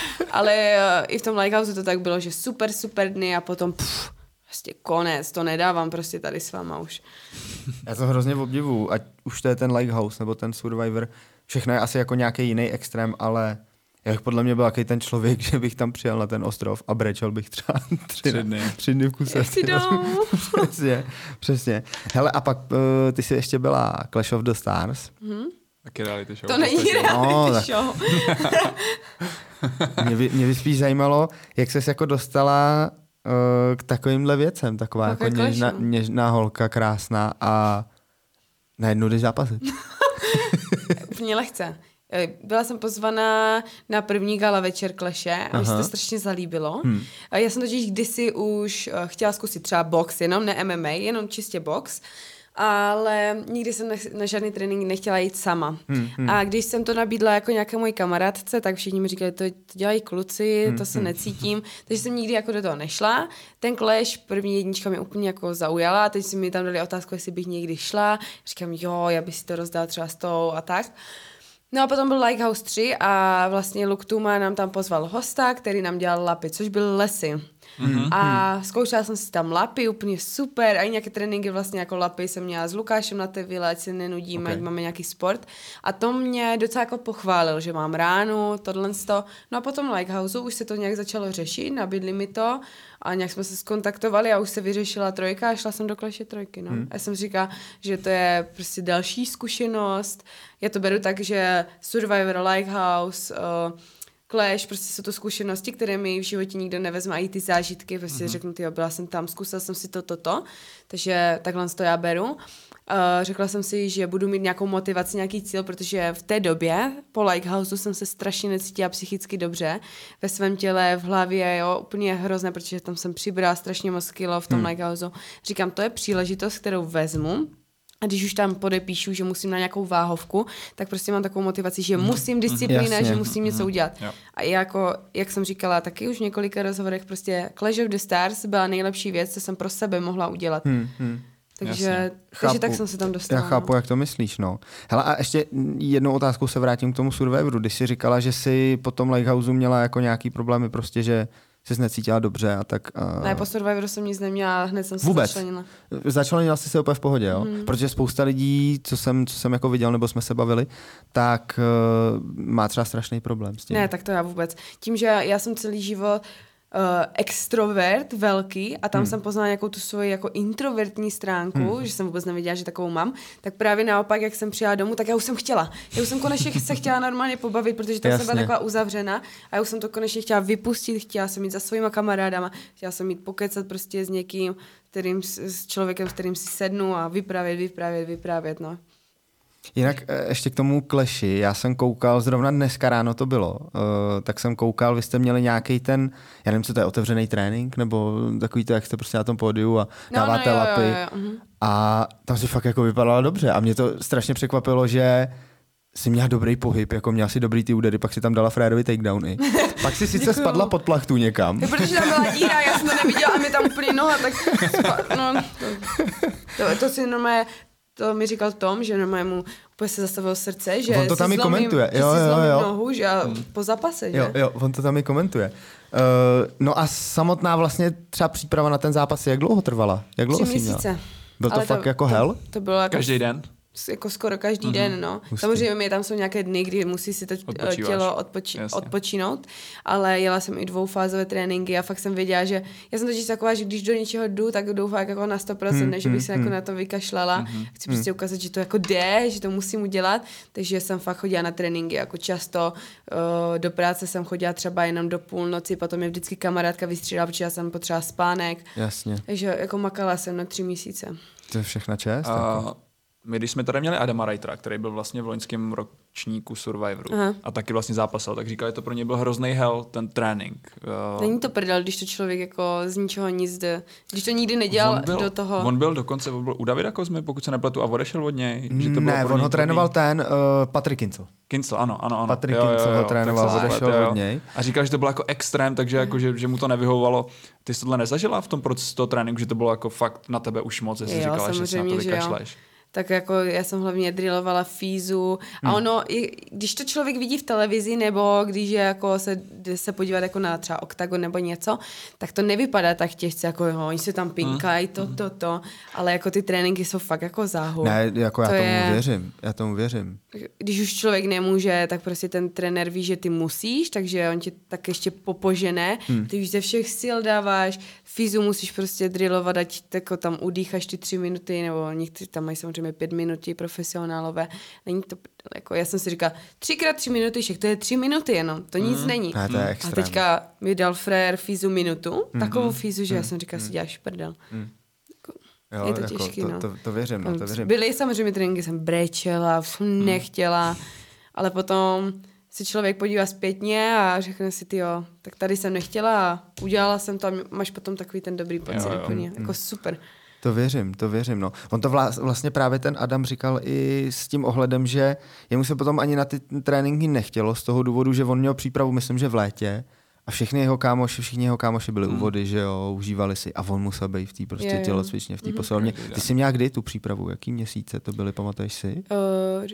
ale uh, i v tom Likehouse to tak bylo, že super, super dny a potom pff, prostě konec, to nedávám prostě tady s váma už. Já to hrozně obdivuju, ať už to je ten Likehouse nebo ten Survivor, všechno je asi jako nějaký jiný extrém, ale já bych podle mě byl jaký ten člověk, že bych tam přijel na ten ostrov a brečel bych třeba tři, tři dny. Tři dny v kuse. přesně, přesně. Hele, a pak uh, ty jsi ještě byla Clash of the Stars. Hmm? Taky reality show. To není reality no, show. mě, by, mě by spíš zajímalo, jak ses jako dostala uh, k takovýmhle věcem. Taková jako něžná, něžná holka, krásná a najednou jdeš zápasit. Úplně lehce. Byla jsem pozvaná na první gala večer Clashe a mi se to strašně zalíbilo. Hmm. Já jsem totiž kdysi už chtěla zkusit třeba box, jenom ne M M A, jenom čistě box, ale nikdy jsem na žádný trénink nechtěla jít sama. Hmm, hmm. A když jsem to nabídla jako nějaké mojí kamarádce, tak všichni mi říkali, to, to dělají kluci, hmm, to se hmm. necítím, takže jsem nikdy jako do toho nešla. Ten Clash, první jednička mě úplně jako zaujala, teď si mi tam dali otázku, jestli bych někdy šla. Říkám, jo, já bych si to rozdala třeba s tou a tak. No a potom byl Likehouse tři a vlastně Luke Tuma nám tam pozval hosta, který nám dělal lapy, což byl Lesy. Mm-hmm. A zkoušela jsem si tam lapy, úplně super, a i nějaké tréninky vlastně jako lapy jsem měla s Lukášem na té vile, ať se nenudíme, okay. ať máme nějaký sport. A to mě docela jako pochválil, že mám ránu, tohle to. No a potom Likehouse už se to nějak začalo řešit, nabídli mi to a nějak jsme se skontaktovali a už se vyřešila trojka a šla jsem do Clashe trojky, no. Hmm. Já jsem říkala, že to je prostě další zkušenost. Já to beru tak, že Survivor, Likehouse, uh, Clash, prostě jsou to zkušenosti, které mi v životě nikdo nevezme a i ty zážitky, prostě mm-hmm. řeknu, tyjo, byla jsem tam, zkusila jsem si to, toto, to. Takže takhle to já beru. Uh, řekla jsem si, že budu mít nějakou motivaci, nějaký cíl, protože v té době po Likehouse jsem se strašně necítila psychicky dobře ve svém těle, v hlavě, jo, úplně hrozné, protože tam jsem přibrala strašně moc kilo v tom hmm. Likehouse. Říkám, to je příležitost, kterou vezmu. A když už tam podepíšu, že musím na nějakou váhovku, tak prostě mám takovou motivaci, že musím disciplína, Jasně. že musím něco udělat. Jo. A jako, jak jsem říkala, taky už v několika rozhovorech, prostě Clash of the Stars byla nejlepší věc, co jsem pro sebe mohla udělat. Hmm, hmm. Takže, takže tak jsem se tam dostala. Já chápu, jak to myslíš, no. Hele, a ještě jednou otázkou se vrátím k tomu Survivoru. Když jsi říkala, že jsi po tom Likehouse měla jako nějaký problémy, prostě, že jsi necítila dobře a tak... Uh... Ne, po Survivoru jsem nic neměla, hned jsem se Vůbec. začlenila. Začlenila jsi se úplně v pohodě, jo? Mm. Protože spousta lidí, co jsem, co jsem jako viděl, nebo jsme se bavili, tak uh, má třeba strašný problém s tím. Ne, tak to já vůbec. Tím, že já jsem celý život Uh, extrovert velký a tam hmm. jsem poznala nějakou tu svoji jako introvertní stránku, hmm. že jsem vůbec nevěděla, že takovou mám, tak právě naopak, jak jsem přijela domů, tak já už jsem chtěla. Já už jsem konečně se chtěla normálně pobavit, protože tam jsem byla taková uzavřená a já už jsem to konečně chtěla vypustit, chtěla jsem jít za svýma kamarádama, chtěla jsem jít pokecat prostě s někým, kterým, s člověkem, s kterým si sednu a vyprávět, vyprávět, vyprávět, no. Jinak ještě k tomu Clashi, já jsem koukal, zrovna dneska ráno to bylo, uh, tak jsem koukal, vy jste měli nějaký ten, já nevím, co to je, otevřený trénink, nebo takový to, jak jste prostě na tom pódiu a dáváte no, no, jo, lapy. Jo, jo, jo. A tam si fakt jako vypadalo dobře a mě to strašně překvapilo, že si měla dobrý pohyb, jako měla si dobrý ty údery, pak si tam dala frajerovi takedowny. Pak si sice spadla pod plachtu někam. Je, protože tam byla díra, já jsem to neviděla a mi tam úplně noha, tak spa- no, to, to, to si normálně, to mi říkal Tom, že normálně mu úplně se zastavilo srdce, že on to tam si i zlomím, komentuje. Že jo, si zlomím jo, jo. nohu, že a po zápase, že? Jo, jo, on to tam i komentuje. Uh, no a samotná vlastně třeba příprava na ten zápas, jak dlouho trvala? Jak dlouho Tři měsíce. Byl to ale fakt to, jako hell? To, to bylo jako každý den? Jako skoro každý mm-hmm. den, no. Hustý. Samozřejmě tam jsou nějaké dny, kdy musí si to Odpočíváš. tělo odpoči- odpočinout, ale jela jsem i dvoufázové tréninky a fakt jsem věděla, že já jsem totiž taková, že když do něčeho jdu, tak jdu fakt jako na sto procent, mm, než bych se mm, jako na to vykašlala. Mm, Chci mm. prostě ukázat, že to jako jde, že to musím udělat, takže jsem fakt chodila na tréninky jako často. Uh, do práce jsem chodila třeba jenom do půlnoci, potom mě vždycky kamarádka vystřídala, protože já jsem potřebovala spánek. Jasně. Takže jako makala jsem na tři měsíce. To je všechna čest. Uh, jako. My, když jsme tady měli Adama Reitera, který byl vlastně v loňském ročníku Survivoru Aha. a taky vlastně zápasil, tak říkali, že to pro ně byl hrozný hell, ten trénink. Uh, Není to prdel, když to člověk jako z ničeho nic jde. Když to nikdy nedělal byl, do toho. On byl dokonce on byl u Davida Kozmy, pokud se nepletu, a odešel od něj. Že to ne, on ho trénoval ten uh, Patrick Kincel. Kincel, ano, ano, ano. Patrick Kincel ho trénoval, odešel od něj. A říkal, že to bylo jako extrém, takže jako, že, že mu to nevyhovovalo. Ty jsi tohle nezažila v tom procesu toho tréninku, že to bylo jako fakt na tebe už moc, jestli říkala, že si na to vykašleš. Tak jako já jsem hlavně drillovala fízu a hmm. ono, když to člověk vidí v televizi nebo když je jako se, se podívat jako na třeba oktagon nebo něco, tak to nevypadá tak těžce, jako jo, oni se tam pinkají, to, to, to, ale jako ty tréninky jsou fakt jako záhul. Ne, jako já to tomu je, věřím, já tomu věřím. Když už člověk nemůže, tak prostě ten trenér ví, že ty musíš, takže on tě tak ještě popožene, hmm. ty už ze všech sil dáváš, fízu musíš prostě drillovat, ať jako tam udýcháš ty tři minuty, nebo někteří tam mají samozřejmě pět minut profesionálové. Není to, jako já jsem si říkala, třikrát tři minuty, však to je tři minuty jenom, to nic mm. není. Ne, to je extrém. A teďka mi dal frér fízu minutu, mm. takovou fízu, že mm. já jsem říkala, mm. si děláš prdel. Mm. Jako, jo, je to jako, těžký, to, no. To, to, to věřím, no, to věřím. Byly samozřejmě tréninky, jsem brečela, jsem mm. nechtěla, ale potom si člověk podívá zpětně a řekne si, tyjo, tak tady jsem nechtěla a udělala jsem to a máš potom takový ten dobrý pocit úplně, mm. jako super. To věřím, to věřím, no. On to vlastně právě ten Adam říkal i s tím ohledem, že jemu se potom ani na ty tréninky nechtělo z toho důvodu, že on měl přípravu, myslím, že v létě a všechny jeho kámoši, všichni jeho kámoši byli mm. u vody, že jo, užívali si a on musel být v té prostě tělocvičně, v té mm. posilovně. Ty jsi měla kdy tu přípravu? Jaký měsíce to byly, pamatuješ si? Uh,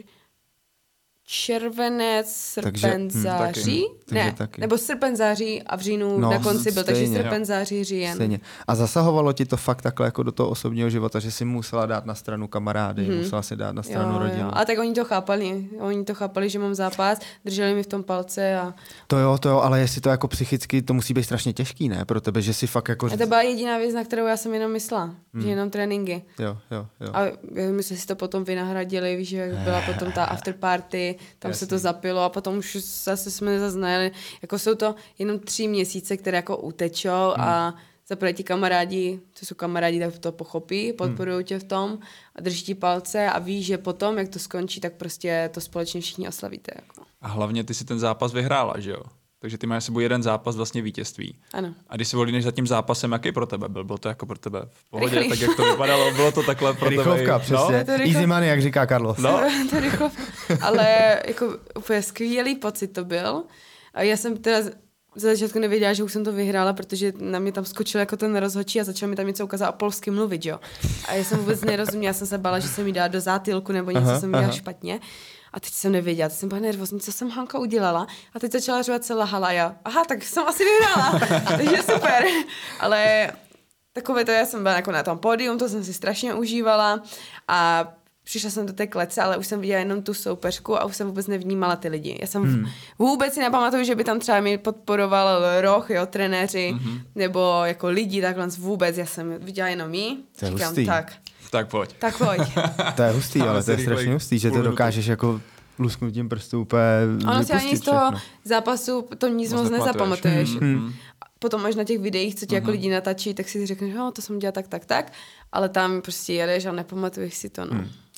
červenec, srpen, takže, září, hm, ne, taky. Nebo srpen, září a v říjnu no, na konci byl, stejně, takže srpen, září, říjen. Stejně. A zasahovalo ti to fakt takhle jako do toho osobního života, že si musela dát na stranu kamarády, hmm. musela si dát na stranu jo, rodinu. Jo. A tak oni to chápali, oni to chápali, že mám zápas, drželi mi v tom palce a... To jo, to jo, ale jestli to jako psychicky, to musí být strašně těžký, ne, pro tebe, že si fakt jako... A to byla jediná věc, na kterou já jsem jenom myslela, hmm. že jenom tréninky. Jo, jo, jo. A my jsme si to potom vynahradili, víš, jak byla potom ta afterparty, tam Jasný. se to zapilo a potom už zase jsme zaznali, jako jsou to jenom tři měsíce, které jako utečou hmm. a zaprvé ti kamarádi, co jsou kamarádi, tak to pochopí, podporují hmm. tě v tom a drží ti palce a ví, že potom, jak to skončí, tak prostě to společně všichni oslavíte. Jako. A hlavně ty si ten zápas vyhrála, že jo? Takže ty máš sebou jeden zápas vlastně vítězství. Ano. A když se volíš za tím zápasem, jaký pro tebe byl? Bylo to jako pro tebe v pohodě, Rychlý. Tak jak to vypadalo? Bylo to takhle pro rychlovka, tebe? Rychlovka, přesně. No? Easy money, jak říká Carlos. No. to je rychlovka. Ale jako úplně skvělý pocit to byl. A já jsem teda za začátku nevěděla, že už jsem to vyhrála, protože na mě tam skočil jako ten rozhodčí a začal mi tam něco ukázat a polsky mluvit, jo. A já jsem vůbec nerozuměla, já jsem se bála, že se mi dá do zátylku nebo něco aha, jsem dělala špatně. A teď jsem nevěděla, teď jsem byla nervózní, co jsem Hanka udělala. A teď začala řovat celá hala. Já, aha, tak jsem asi vyhrála. Takže super. Ale takové to, já jsem byla jako na tom pódium, to jsem si strašně užívala. A přišla jsem do té klece, ale už jsem viděla jenom tu soupeřku a už jsem vůbec nevnímala ty lidi. Já jsem hmm. vůbec si nepamatuju, že by tam třeba mi podporoval roh, jo, trenéři, mm-hmm. nebo jako lidi, takhle vůbec. Já jsem viděla jenom jí. To je říkám, tak. Tak pojď. Tak pojď. To je hustý, ale to je strašně hustý, že to dokážeš jako lusknutím prstů úplně ono si ani z toho zápasu to nic moc nezapamatuješ. Hmm. Hmm. Potom až na těch videích, co ti uh-huh. jako lidi natačí, tak si řekneš, no, to jsem dělala tak, tak, tak, ale tam prostě jedeš a nepamatuješ si to, no. Hmm.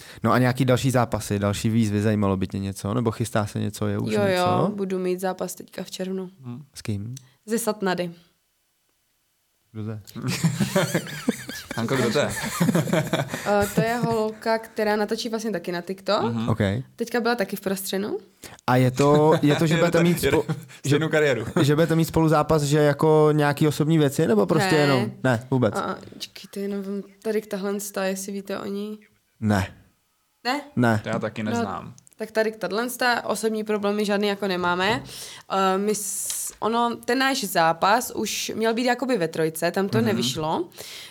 No a nějaký další zápasy, další výzvy, zajímalo by tě něco? Nebo chystá se něco, je už jo, něco? Jo, jo, budu mít zápas teďka v červnu. Hmm. S kým? Ze Satnady. Kdo to je? Hanko, kdo to je? uh, to je holka, která natočí vlastně taky na TikTok. Uh-huh. Okay. Teďka byla taky v prostřenu. A je to, je to že budete mít spolu, že, kariéru. že budete mít spolu zápas, že jako nějaký osobní věci, nebo prostě ne. jenom? Ne, vůbec. A, čekajte, jenom tady tahle stá, jestli víte o ní. Ne. Ne? Ne. To já taky neznám. No, tak tady tahle osobní problémy žádný jako nemáme. Uh, my s, ono, ten náš zápas už měl být jakoby ve trojce, tam to mm-hmm. nevyšlo.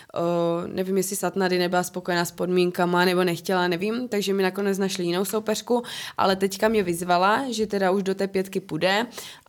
Uh, nevím, jestli Satnady nebyla spokojená s podmínkama, nebo nechtěla, nevím, takže mi nakonec našli jinou soupeřku, ale teďka mě vyzvala, že teda už do té pětky půjde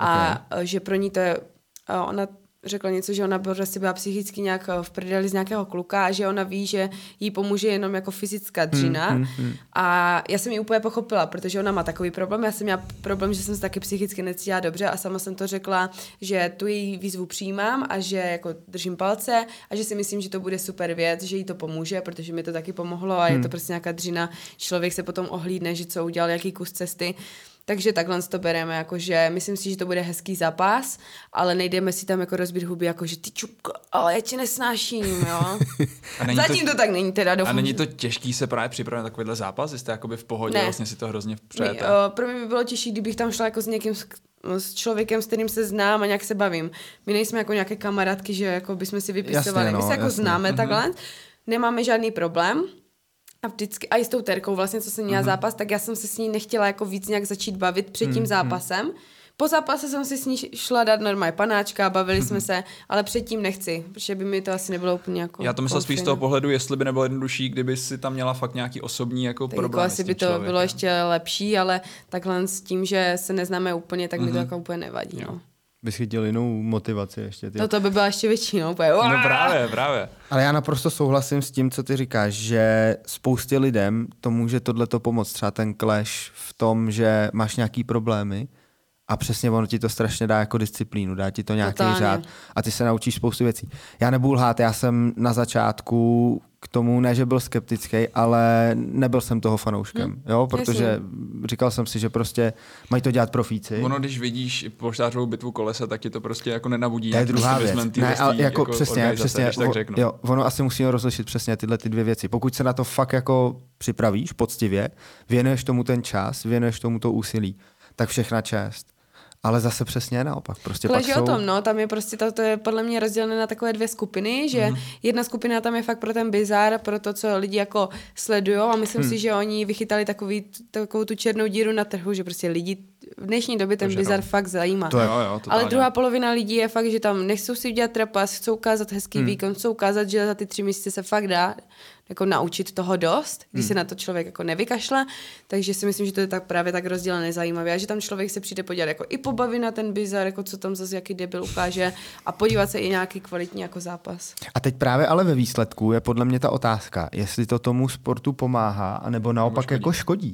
a okay. že pro ní to je, uh, ona řekla něco, že ona prostě byla psychicky nějak v prdeli z nějakého kluka a že ona ví, že jí pomůže jenom jako fyzická dřina. Hmm, hmm, hmm. A já jsem ji úplně pochopila, protože ona má takový problém. Já jsem měla problém, že jsem se taky psychicky necítila dobře a sama jsem to řekla, že tu její výzvu přijímám a že jako držím palce a že si myslím, že to bude super věc, že jí to pomůže, protože mi to taky pomohlo a hmm. je to prostě nějaká dřina. Člověk se potom ohlídne, že co udělal, jaký kus cesty. Takže takhle to bereme, jakože myslím si, že to bude hezký zápas, ale nejdeme si tam jako rozbít huby, jakože ty čupko, ale já tě nesnáším, jo. Zatím to, to tak není teda. Doufám. A není to těžký se právě připravit na takovýhle zápas? Jste jakoby v pohodě, ne. Vlastně si to hrozně přejete? My, uh, pro mě by bylo těžší, kdybych tam šla jako s někým, s člověkem, s kterým se znám a nějak se bavím. My nejsme jako nějaké kamarádky, že jako bychom si vypisovali. Jasně, no, My se jako jasně. známe mm-hmm. takhle, nemáme žádný problém. A vždycky, a i s tou Terkou vlastně, co jsem měla mm-hmm. zápas, tak já jsem se s ní nechtěla jako víc nějak začít bavit před tím mm-hmm. zápasem. Po zápase jsem si s ní šla dát normálně panáčka, bavili mm-hmm. jsme se, ale předtím nechci, protože by mi to asi nebylo úplně jako... Já to myslel spíš z toho pohledu, jestli by nebylo jednodušší, kdyby si tam měla fakt nějaký osobní jako tak problém. Jako asi by to člověkem. Bylo ještě lepší, ale takhle s tím, že se neznáme úplně, tak mm-hmm. mi to jako úplně nevadí. No. Bys chytil jinou motivaci ještě. Ty. No to by byla ještě větší, no. Úplně, no právě, právě. Ale já naprosto souhlasím s tím, co ty říkáš, že spoustě lidem to může tohleto pomoct. Třeba ten clash v tom, že máš nějaký problémy a přesně ono ti to strašně dá jako disciplínu, dá ti to nějaký Totálně. řád a ty se naučíš spoustu věcí. Já nebudu lhát, já jsem na začátku k tomu, ne, že byl skeptický, ale nebyl jsem toho fanouškem, hmm. jo, protože Jasně. říkal jsem si, že prostě mají to dělat profíci. Ono, když vidíš poštářovou bitvu kolesa, tak ti to prostě jako nenabudí. To je druhá věc. Ne, ale jako, jako přesně, přesně, tak řeknu. Jo, ono asi musíme rozlišit přesně tyhle ty dvě věci. Pokud se na to fakt jako připravíš poctivě, věnuješ tomu ten čas, věnuješ tomu to úsilí, tak všechna čest. Ale zase přesně naopak. Prostě Klež pak jsou... o tom, no, tam je prostě to, to je podle mě rozdělené na takové dvě skupiny, že mm. jedna skupina tam je fakt pro ten bizár, pro to, co lidi jako sledujou a myslím mm. si, že oni vychytali takový, takovou tu černou díru na trhu, že prostě lidi v dnešní době ten bizár no. fakt zajímá. To je, jo, jo, ale druhá polovina lidí je fakt, že tam nechcou si udělat trapas, chcou ukázat hezký mm. výkon, chcou ukázat, že za ty tři měsíce se fakt dá jako naučit toho dost, když hmm. se na to člověk jako nevykašle, takže si myslím, že to je tak právě tak rozdělené zajímavé a že tam člověk se přijde podívat jako i pobaví na ten bizar, jako co tam zase jaký debil ukáže a podívat se i nějaký kvalitní jako zápas. A teď právě ale ve výsledku je podle mě ta otázka, jestli to tomu sportu pomáhá, anebo naopak škodí. jako škodí.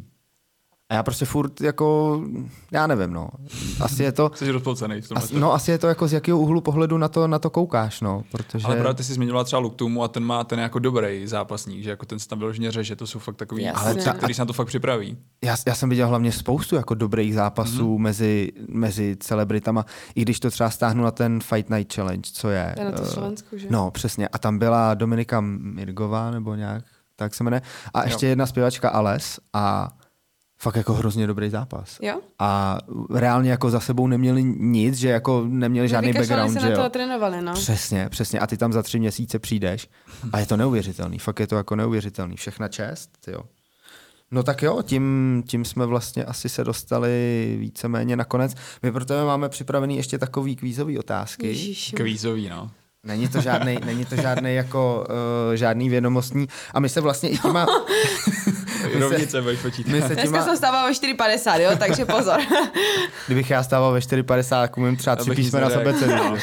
A já prostě furt jako, já nevím, no. Asi je to... Jsi rozpolcenej v tom. As, no asi je to jako z jakého úhlu pohledu na to, na to koukáš, no. Protože... Ale právě ty jsi zmiňovala třeba Luktumu a ten má ten jako dobrý zápasník, že jako ten se tam vyloženě řeže, to jsou fakt takový, který se na to fakt připraví. Já, já jsem viděl hlavně spoustu jako dobrých zápasů mm-hmm. mezi, mezi celebritama, i když to třeba stáhnu na ten Fight Night Challenge, co je. Je na to Slovensku, že? No, přesně. A tam byla Dominika Mirgová, nebo nějak, tak se jmenuje. A ještě jo. jedna zpěvačka Ales a fakt jako hrozně dobrý zápas. Jo? A reálně jako za sebou neměli nic, že jako neměli žádný background. Se že na jo? to trénovali, no. Přesně, přesně. A ty tam za tři měsíce přijdeš a je to neuvěřitelný. Fakt je to jako neuvěřitelný. Všechna čest, jo. No tak jo, tím, tím jsme vlastně asi se dostali víceméně nakonec. My pro tebe máme připravený ještě takový kvízový otázky. Ježiši. Kvízový, no. Není to žádný, není to žádný jako uh, žádný vědomostní. A my se vlastně i těma... Rovnice budeš počítat. My se těma... Dneska jsem stával ve čtyři padesát, jo, takže pozor. Kdybych já stával ve čtyři padesát, tak umím třeba tři písmena z abecedy. Uh,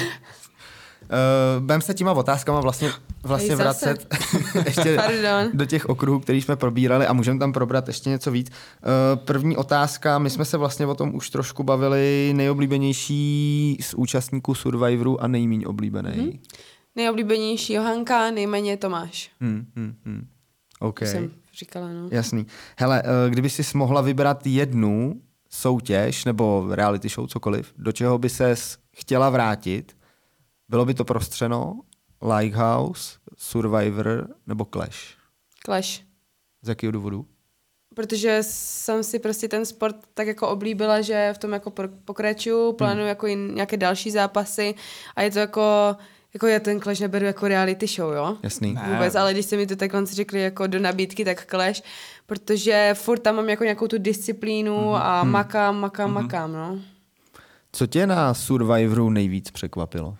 budeme se těma otázkama vlastně, vlastně vracet ještě Pardon. do těch okruhů, který jsme probírali a můžeme tam probrat ještě něco víc. Uh, první otázka, my jsme se vlastně o tom už trošku bavili, nejoblíbenější z účastníků Survivoru a nejméně oblíbený. Hmm. Nejoblíbenější Johanka, nejméně Tomáš. Hmm, hmm, hmm. OK. Jsem říkala, no. Jasný. Hele, kdyby jsi mohla vybrat jednu soutěž nebo reality show, cokoliv, do čeho by ses chtěla vrátit, bylo by to Prostřeno, Likehouse, Survivor nebo Clash? Clash. Z jakého důvodu? Protože jsem si prostě ten sport tak jako oblíbila, že v tom jako pokračuju, plánuju hmm. jako nějaké další zápasy a je to jako, jako já ten Clash neberu jako reality show, jo? Jasný. Vůbec, ale když se mi to takhle řekli jako do nabídky, tak Clash, protože furt tam mám jako nějakou tu disciplínu hmm. a hmm. makám, makám, hmm. makám, no. Co tě na Survivoru nejvíc překvapilo?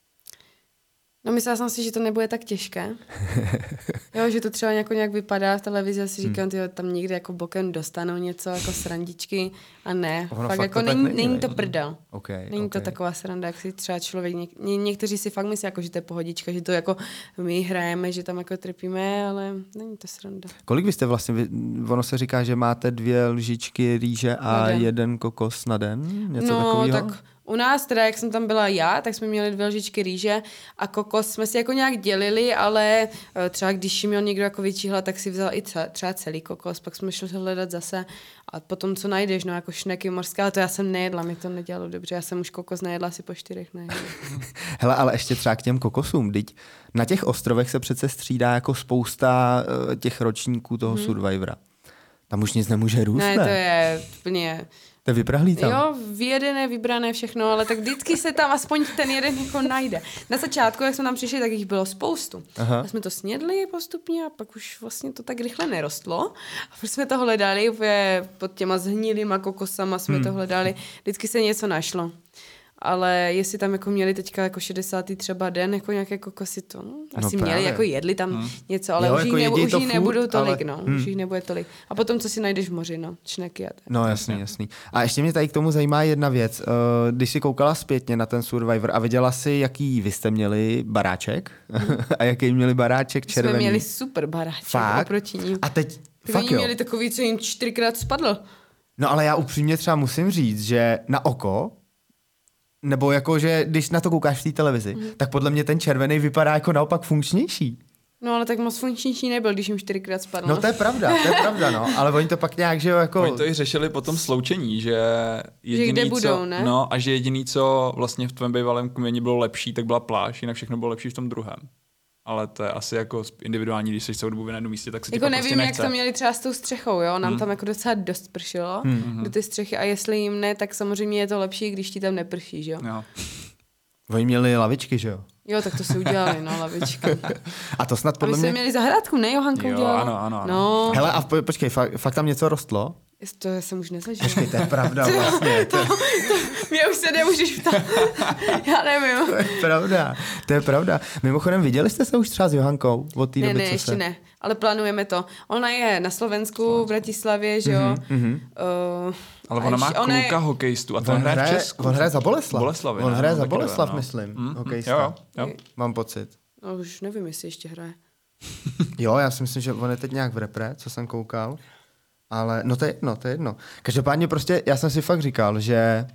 No myslela jsem si, že to nebude tak těžké. Jo, že to třeba nějak, nějak vypadá v televizi a si říkám, hmm. tam někde jako bokem dostanou něco jako srandičky a ne. Ono fakt fakt jako to není, není, není to prdel. Okay, není okay. to taková sranda, jak si třeba člověk, něk, ně, někteří si fakt myslí, jako, že to je pohodička, že to jako my hrajeme, že tam jako trpíme, ale není to sranda. Kolik vy jste vlastně, ono se říká, že máte dvě lžičky rýže a jeden kokos na den? Něco no, takového? Tak u nás teda, jak jsem tam byla já, tak jsme měli dvě lžičky rýže a kokos jsme si jako nějak dělili, ale třeba když měl někdo jako větší hlad, tak si vzal i třeba celý kokos, pak jsme šli hledat zase a potom co najdeš, no jako šneky mořské, ale to já jsem nejedla, mi to nedělalo dobře, já jsem už kokos nejedla asi po čtyřech, ne. Hele, ale ještě třeba k těm kokosům, teď na těch ostrovech se přece střídá jako spousta uh, těch ročníků toho hmm. Survivora. Tam už nic nemůže růst, ne? Ne, to je úplně... To je vyprahlý tam. Jo, vyjedené, vybrané všechno, ale tak vždycky se tam aspoň ten jeden jako najde. Na začátku, jak jsme tam přišli, tak jich bylo spoustu. Aha. A jsme to snědli postupně a pak už vlastně to tak rychle nerostlo. A pak jsme to hledali úplně pod těma zhnilýma kokosama jsme hmm. to hledali. Vždycky se něco našlo. Ale jestli tam jako měli teďka jako šedesátý třeba den jako nějaké kokosy, to no, asi no měli, jako jedli tam hmm. něco, ale jo, už, jako jich, nebu, už jich nebudou tolik, ale... no, hmm. už jich nebude tolik. A potom, co si najdeš v moři, no, čneky a tak. No jasný, jasný. A ještě mě tady k tomu zajímá jedna věc. Když jsi koukala zpětně na ten Survivor a viděla si, jaký vy jste měli baráček hmm. a jaký měli baráček červený. Jsme měli super baráček fakt? Oproti ním. A teď, Ty fakt oni jo. měli takový, co jim čtyřikrát spadl. No ale já upřímně třeba musím říct, že na oko nebo jako, že když na to koukáš v té televizi, mm. tak podle mě ten červený vypadá jako naopak funkčnější. No ale tak moc funkčnější nebyl, když jim čtyřikrát spadl. No to je pravda, to je pravda, no. Ale oni to pak nějak, že jo, jako... Oni to i řešili po tom sloučení, že jediný, že kde budou, co... ne? No a že jediný, co vlastně v tvém bývalém kmění bylo lepší, tak byla pláž, jinak všechno bylo lepší v tom druhém. Ale to je asi jako individuální, když jsi celou dobu v jednom místě, tak se ti jako nevím, prostě nechce. Jak to měli třeba s tou střechou, jo? Nám hmm. tam jako docela dost pršelo hmm. do ty střechy a jestli jim ne, tak samozřejmě je to lepší, když ti tam neprší, že jo? Jo. Oni měli lavičky, že jo? Jo, tak to si udělali, no, lavičky. A to snad podle mě... mě... jsme měli zahrádku, ne, Johanka jo, udělala? ano, ano, ano. No. Hele, a po, počkej, fakt, fakt tam něco rostlo? To jsem už nezažila. Počkej, to je pravda vlastně. To, to, to, mě už se nemůžeš ptát. Já nevím. To je pravda, to je pravda. Mimochodem, viděli jste se už třeba s Johankou od té ne, doby, ne, co ještě se... ne, ale plánujeme to. Ona je na Slovensku, v Bratislavě, že jo. Mm-hmm. Uh, ale ona má kluka je... hokejistu a ten hraje v Česku. On hraje za Boleslav. Boleslavy, on ne? hraje no, za Boleslav, no. myslím. Mm, hokejista. Jo, jo. Mám pocit. No už nevím, jestli ještě hraje. Jo, já si myslím, že on je teď nějak v repre, co jsem koukal. Ale no to je jedno, to je jedno. Každopádně prostě já jsem si fakt říkal, že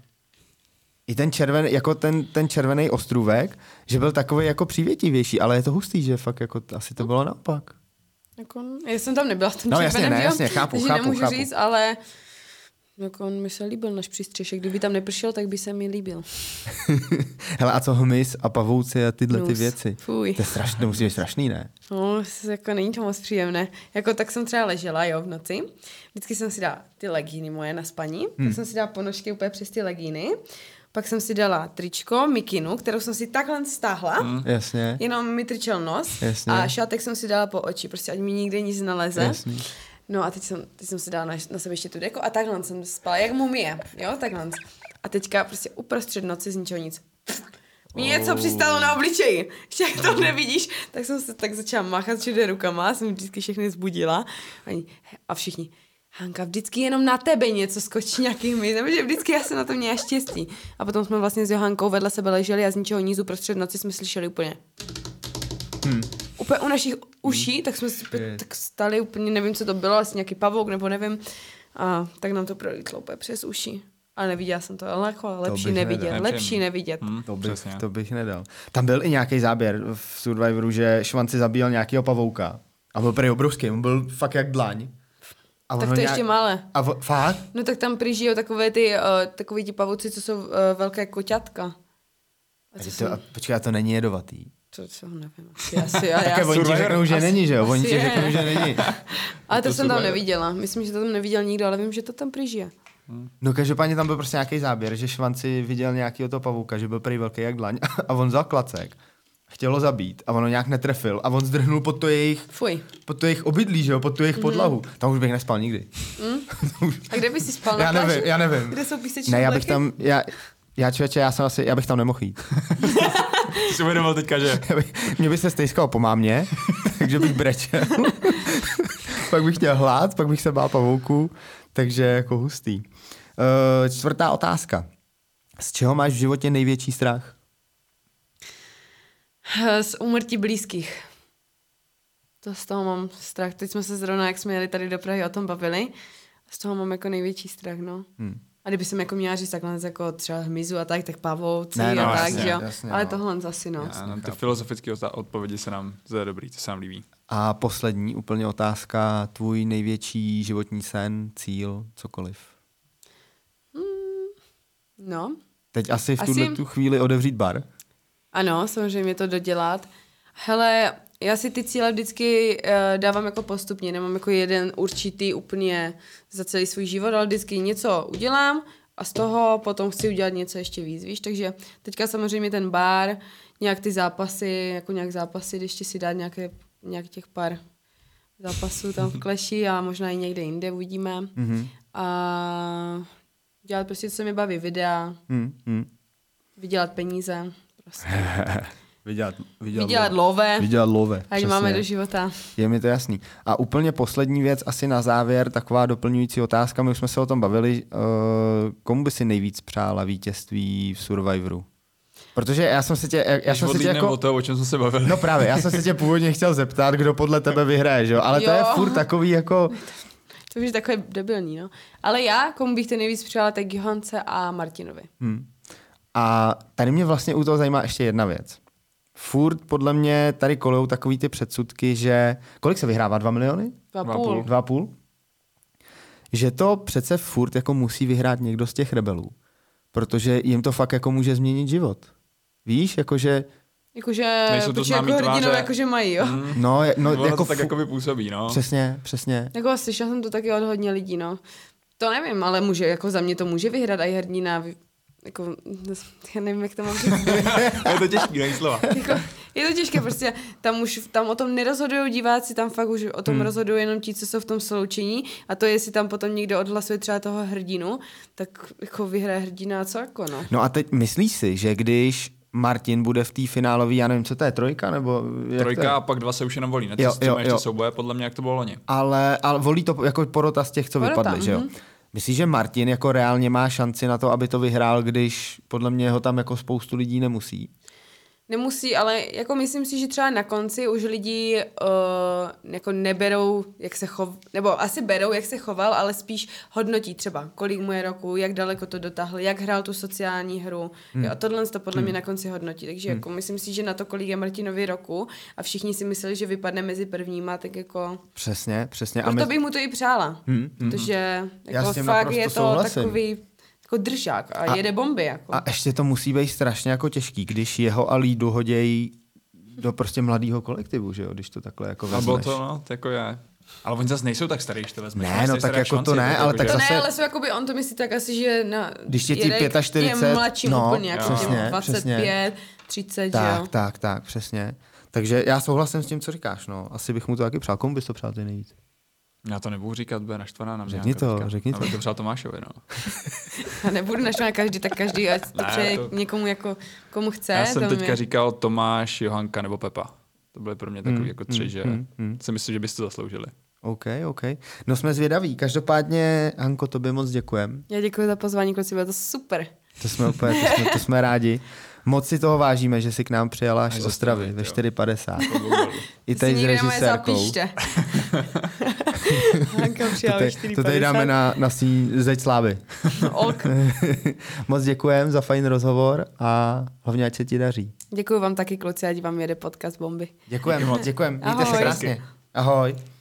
i ten červený, jako ten, ten červený ostrůvek, že byl takový jako přívětivější, ale je to hustý, že fakt jako asi to bylo naopak. Jako, já jsem tam nebyla v tom no, červeném, jasně, ne, jasně, chápu, takže chápu, nemůžu chápu. říct, ale jako on mi se líbil náš přístřešek. Kdyby tam nepršel, tak by se mi líbil. Hele, a co hmyz a pavouci a tyhle Nus. ty věci? Fuj. To je strašný, to musí být strašný, ne? No, jako není to moc příjemné. Jako tak jsem třeba ležela, jo, v noci. Vždycky jsem si dala ty legíny moje na spaní. Hmm. Tak jsem si dala ponožky úplně přes ty legíny. Pak jsem si dala tričko, mikinu, kterou jsem si takhle stáhla. Hmm. Jasně. Jenom mi trčel nos. Jasně. A šátek jsem si dala po oči, prostě ať mi nikde nic naleze. Jasně. No a teď jsem, teď jsem si dala na, na sebe ještě tu deko a takhle jsem spala, jak mumie, jo, takhle. A teďka prostě uprostřed noci z ničeho nic. Mě něco přistalo na obličeji. Ještě jak to nevidíš, tak jsem se tak začala máchat všude rukama, jsem vždycky všechny zbudila. A všichni, Hanka, vždycky jenom na tebe něco skočí nějaký hmyz, protože vždycky já jsem na to měla štěstí. A potom jsme vlastně s Johankou vedle sebe leželi a z ničeho nic uprostřed noci jsme slyšeli úplně. Hmm. Úplně u našich uší, hmm. tak jsme si tak stali úplně, nevím, co to bylo, asi nějaký pavouk, nebo nevím. A tak nám to prolítlo úplně přes uši. Ale neviděla jsem to, ale jako lepší nevidět, nedal. lepší nevidět. Hmm, to, bych, to bych nedal. Tam byl i nějaký záběr v Survivoru, že Švanci zabíjel nějakýho pavouka. A byl prý obrovský, on byl fakt jak dlaň. A tak to nějak... ještě malé. A v... fakt? No tak tam prý žijou takové ty, uh, takový ti pavouci, co jsou uh, velké koťatka. A a jsou... a počkej, a to není jedovatý. To co, nevím. Asi, asi, já, tak já oni ti řeknou, že asi, není, že jo? Oni ti řeknou, že není. Ale to, to jsem tam neviděla. Myslím, že to tam neviděl nikdo, ale vím, že to tam prý žije. No každopádně tam byl prostě nějaký záběr, že Švanci viděl nějakýho toho pavouka, že byl prý velký jak dlaň a on vzal klacek, chtěl ho zabít a on ho nějak netrefil a on zdrhnul pod to jejich, Fuj. pod to jejich obydlí, že jo, pod tu jejich mm. podlahu. Tam už bych nespal nikdy. Mm. A kde bys si spal? Já na nevím, já nevím. Kde jsou písečné Ne, já bych tam, já, já člověče, já jsem asi, já bych tam nemohl jít. Ty jsi uvědomil teďka, že? Mě by se stejskal po mámě, takže bych brečel. Pak bych měl hlad, pak bych se bál pavouku, takže jako hustý. Uh, čtvrtá otázka. Z čeho máš v životě největší strach? Z úmrtí blízkých. To z toho mám strach. Teď jsme se zrovna, jak jsme jeli tady do Prahy, o tom bavili. Z toho mám jako největší strach, no. Hmm. A kdyby jsem jako měla říct takhle jako třeba hmyzu a tak, tak pavouci ne, no, a tak, jasně, že jo. Jasně, Ale no. tohle asi, no. Já, no ty filozofické odpovědi se nám zde dobrý, to se nám líbí. A poslední úplně otázka. Tvůj největší životní sen, cíl, cokoliv. No. Teď asi v tuhle tu chvíli otevřít bar. Ano, samozřejmě to dodělat. Hele, já si ty cíle vždycky uh, dávám jako postupně, nemám jako jeden určitý úplně za celý svůj život, ale vždycky něco udělám a z toho potom chci udělat něco ještě víc, víš, takže teďka samozřejmě ten bar, nějak ty zápasy, jako nějak zápasy, ještě si dát nějaké, nějak těch pár zápasů tam v Clashi a možná i někde jinde uvidíme. Mm-hmm. A dělat prostě, co mi baví, videa, mm, mm. vydělat peníze, prostě. vydělat, vydělat, vydělat love. Vydělat love. Ať máme do života. Je mi to jasný. A úplně poslední věc, asi na závěr, taková doplňující otázka, my už jsme se o tom bavili, uh, komu by si nejvíc přála vítězství v Survivoru? Protože já jsem se tě... Já, já jsem se tě jako... o to, o čem jsme se bavili. No právě, já jsem se tě původně chtěl zeptat, kdo podle tebe vyhraje, že jo? Ale jo. To je furt takový jako... To už je takové debilní, no. Ale já, komu bych to nejvíc přála, tak Johance a Martinovi. Hmm. A tady mě vlastně u toho zajímá ještě jedna věc. Furt podle mě tady kolujou takový ty předsudky, že... Kolik se vyhrává? Dva miliony? Dva půl. Dva půl? Že to přece furt jako musí vyhrát někdo z těch rebelů. Protože jim to fakt jako může změnit život. Víš, jakože... Jakože, protože jako hrdinové jakože mají, jo? Mm. No, no jako jako to tak jako vypůsobí, no. Přesně, přesně. Jako slyšela jsem to taky od hodně lidí, no. To nevím, ale může, jako za mě to může vyhrát i hrdina, jako, já nevím, jak to mám říct. Je to těžký, nejsou slova. Jako, je to těžké, prostě tam už tam o tom nerozhodují diváci, tam fakt už o tom hmm. rozhodují jenom ti, co jsou v tom sloučení a to, jestli tam potom někdo odhlasuje třeba toho hrdinu, tak jako vyhraje hrdina a co jako, no. No a teď myslíš si, že když Martin bude v té finálové, já nevím, co to je, trojka? Nebo trojka a pak dva se už jenom volí, ne? Ty jo, jo, ještě jo. souboje, podle mě, jak to bylo loni. Ale, ale volí to jako porota z těch, co porota, vypadli, mm-hmm. že jo? Myslíš, že Martin jako reálně má šanci na to, aby to vyhrál, když podle mě ho tam jako spoustu lidí nemusí? Nemusí, ale jako myslím si, že třeba na konci už lidi uh, jako neberou, jak se chov, nebo asi berou, jak se choval, ale spíš hodnotí třeba, kolik mu je roku, jak daleko to dotáhl, jak hrál tu sociální hru. Hmm. Jo, a tohle to podle hmm. mě na konci hodnotí. Takže hmm. jako myslím si, že na to, kolik je Martinovi roku a všichni si mysleli, že vypadne mezi prvníma, tak jako... Přesně, přesně. Proto my... bych mu to i přála. Hmm. Protože jako fakt je to souhlasím. Takový... jako držák a, a jede bomby. Jako. A ještě to musí být strašně jako těžký, když jeho a Lídu hodějí do prostě mladého kolektivu, že jo, když to takhle jako vezmeš. A bylo to, no, to jako je. Ale oni zase nejsou tak starý, když to vezmeš. Ne, no tak jako šanci, to ne, ale tak to zase... ne, ale jsou jakoby, on to myslí tak asi, že na... Když je ti čtyřicet pět, je mladším no, úplně, jako přesně, dvacet pět, přesně. třicet, tak, jo. Tak, tak, přesně. Takže já souhlasím s tím, co říkáš, no. Asi bych mu to taky přál. Komu bys to přál ty nejvíc? Já to nebudu říkat, bude naštvaná na mě. Řekni to, říká. řekni to. Ale to přál Tomášovi, no. Já nebudu naštvaná každý, tak každý, ať to přeje to... někomu, jako, komu chce. Já jsem teďka mě... říkal Tomáš, Johanka nebo Pepa. To byly pro mě takový hmm, jako tři, hmm, že hmm, hmm. si myslím, že byste to zasloužili. OK, OK. No jsme zvědaví. Každopádně, Hanko, tobě moc děkujem. Já děkuji za pozvání, kluci, bylo to super. To jsme úplně, to jsme, to jsme rádi. Moc si toho vážíme, že jsi k nám přijela až z Ostravy ve čtyři padesát. I tady s režisérkou. To tady dáme na, na síň zeď slávy. Ok. Moc děkujem za fajn rozhovor a hlavně ať se ti daří. Děkuji vám taky, kluci, ať vám jede podcast bomby. Děkujem, děkujem. Mějte se krásně. Ahoj.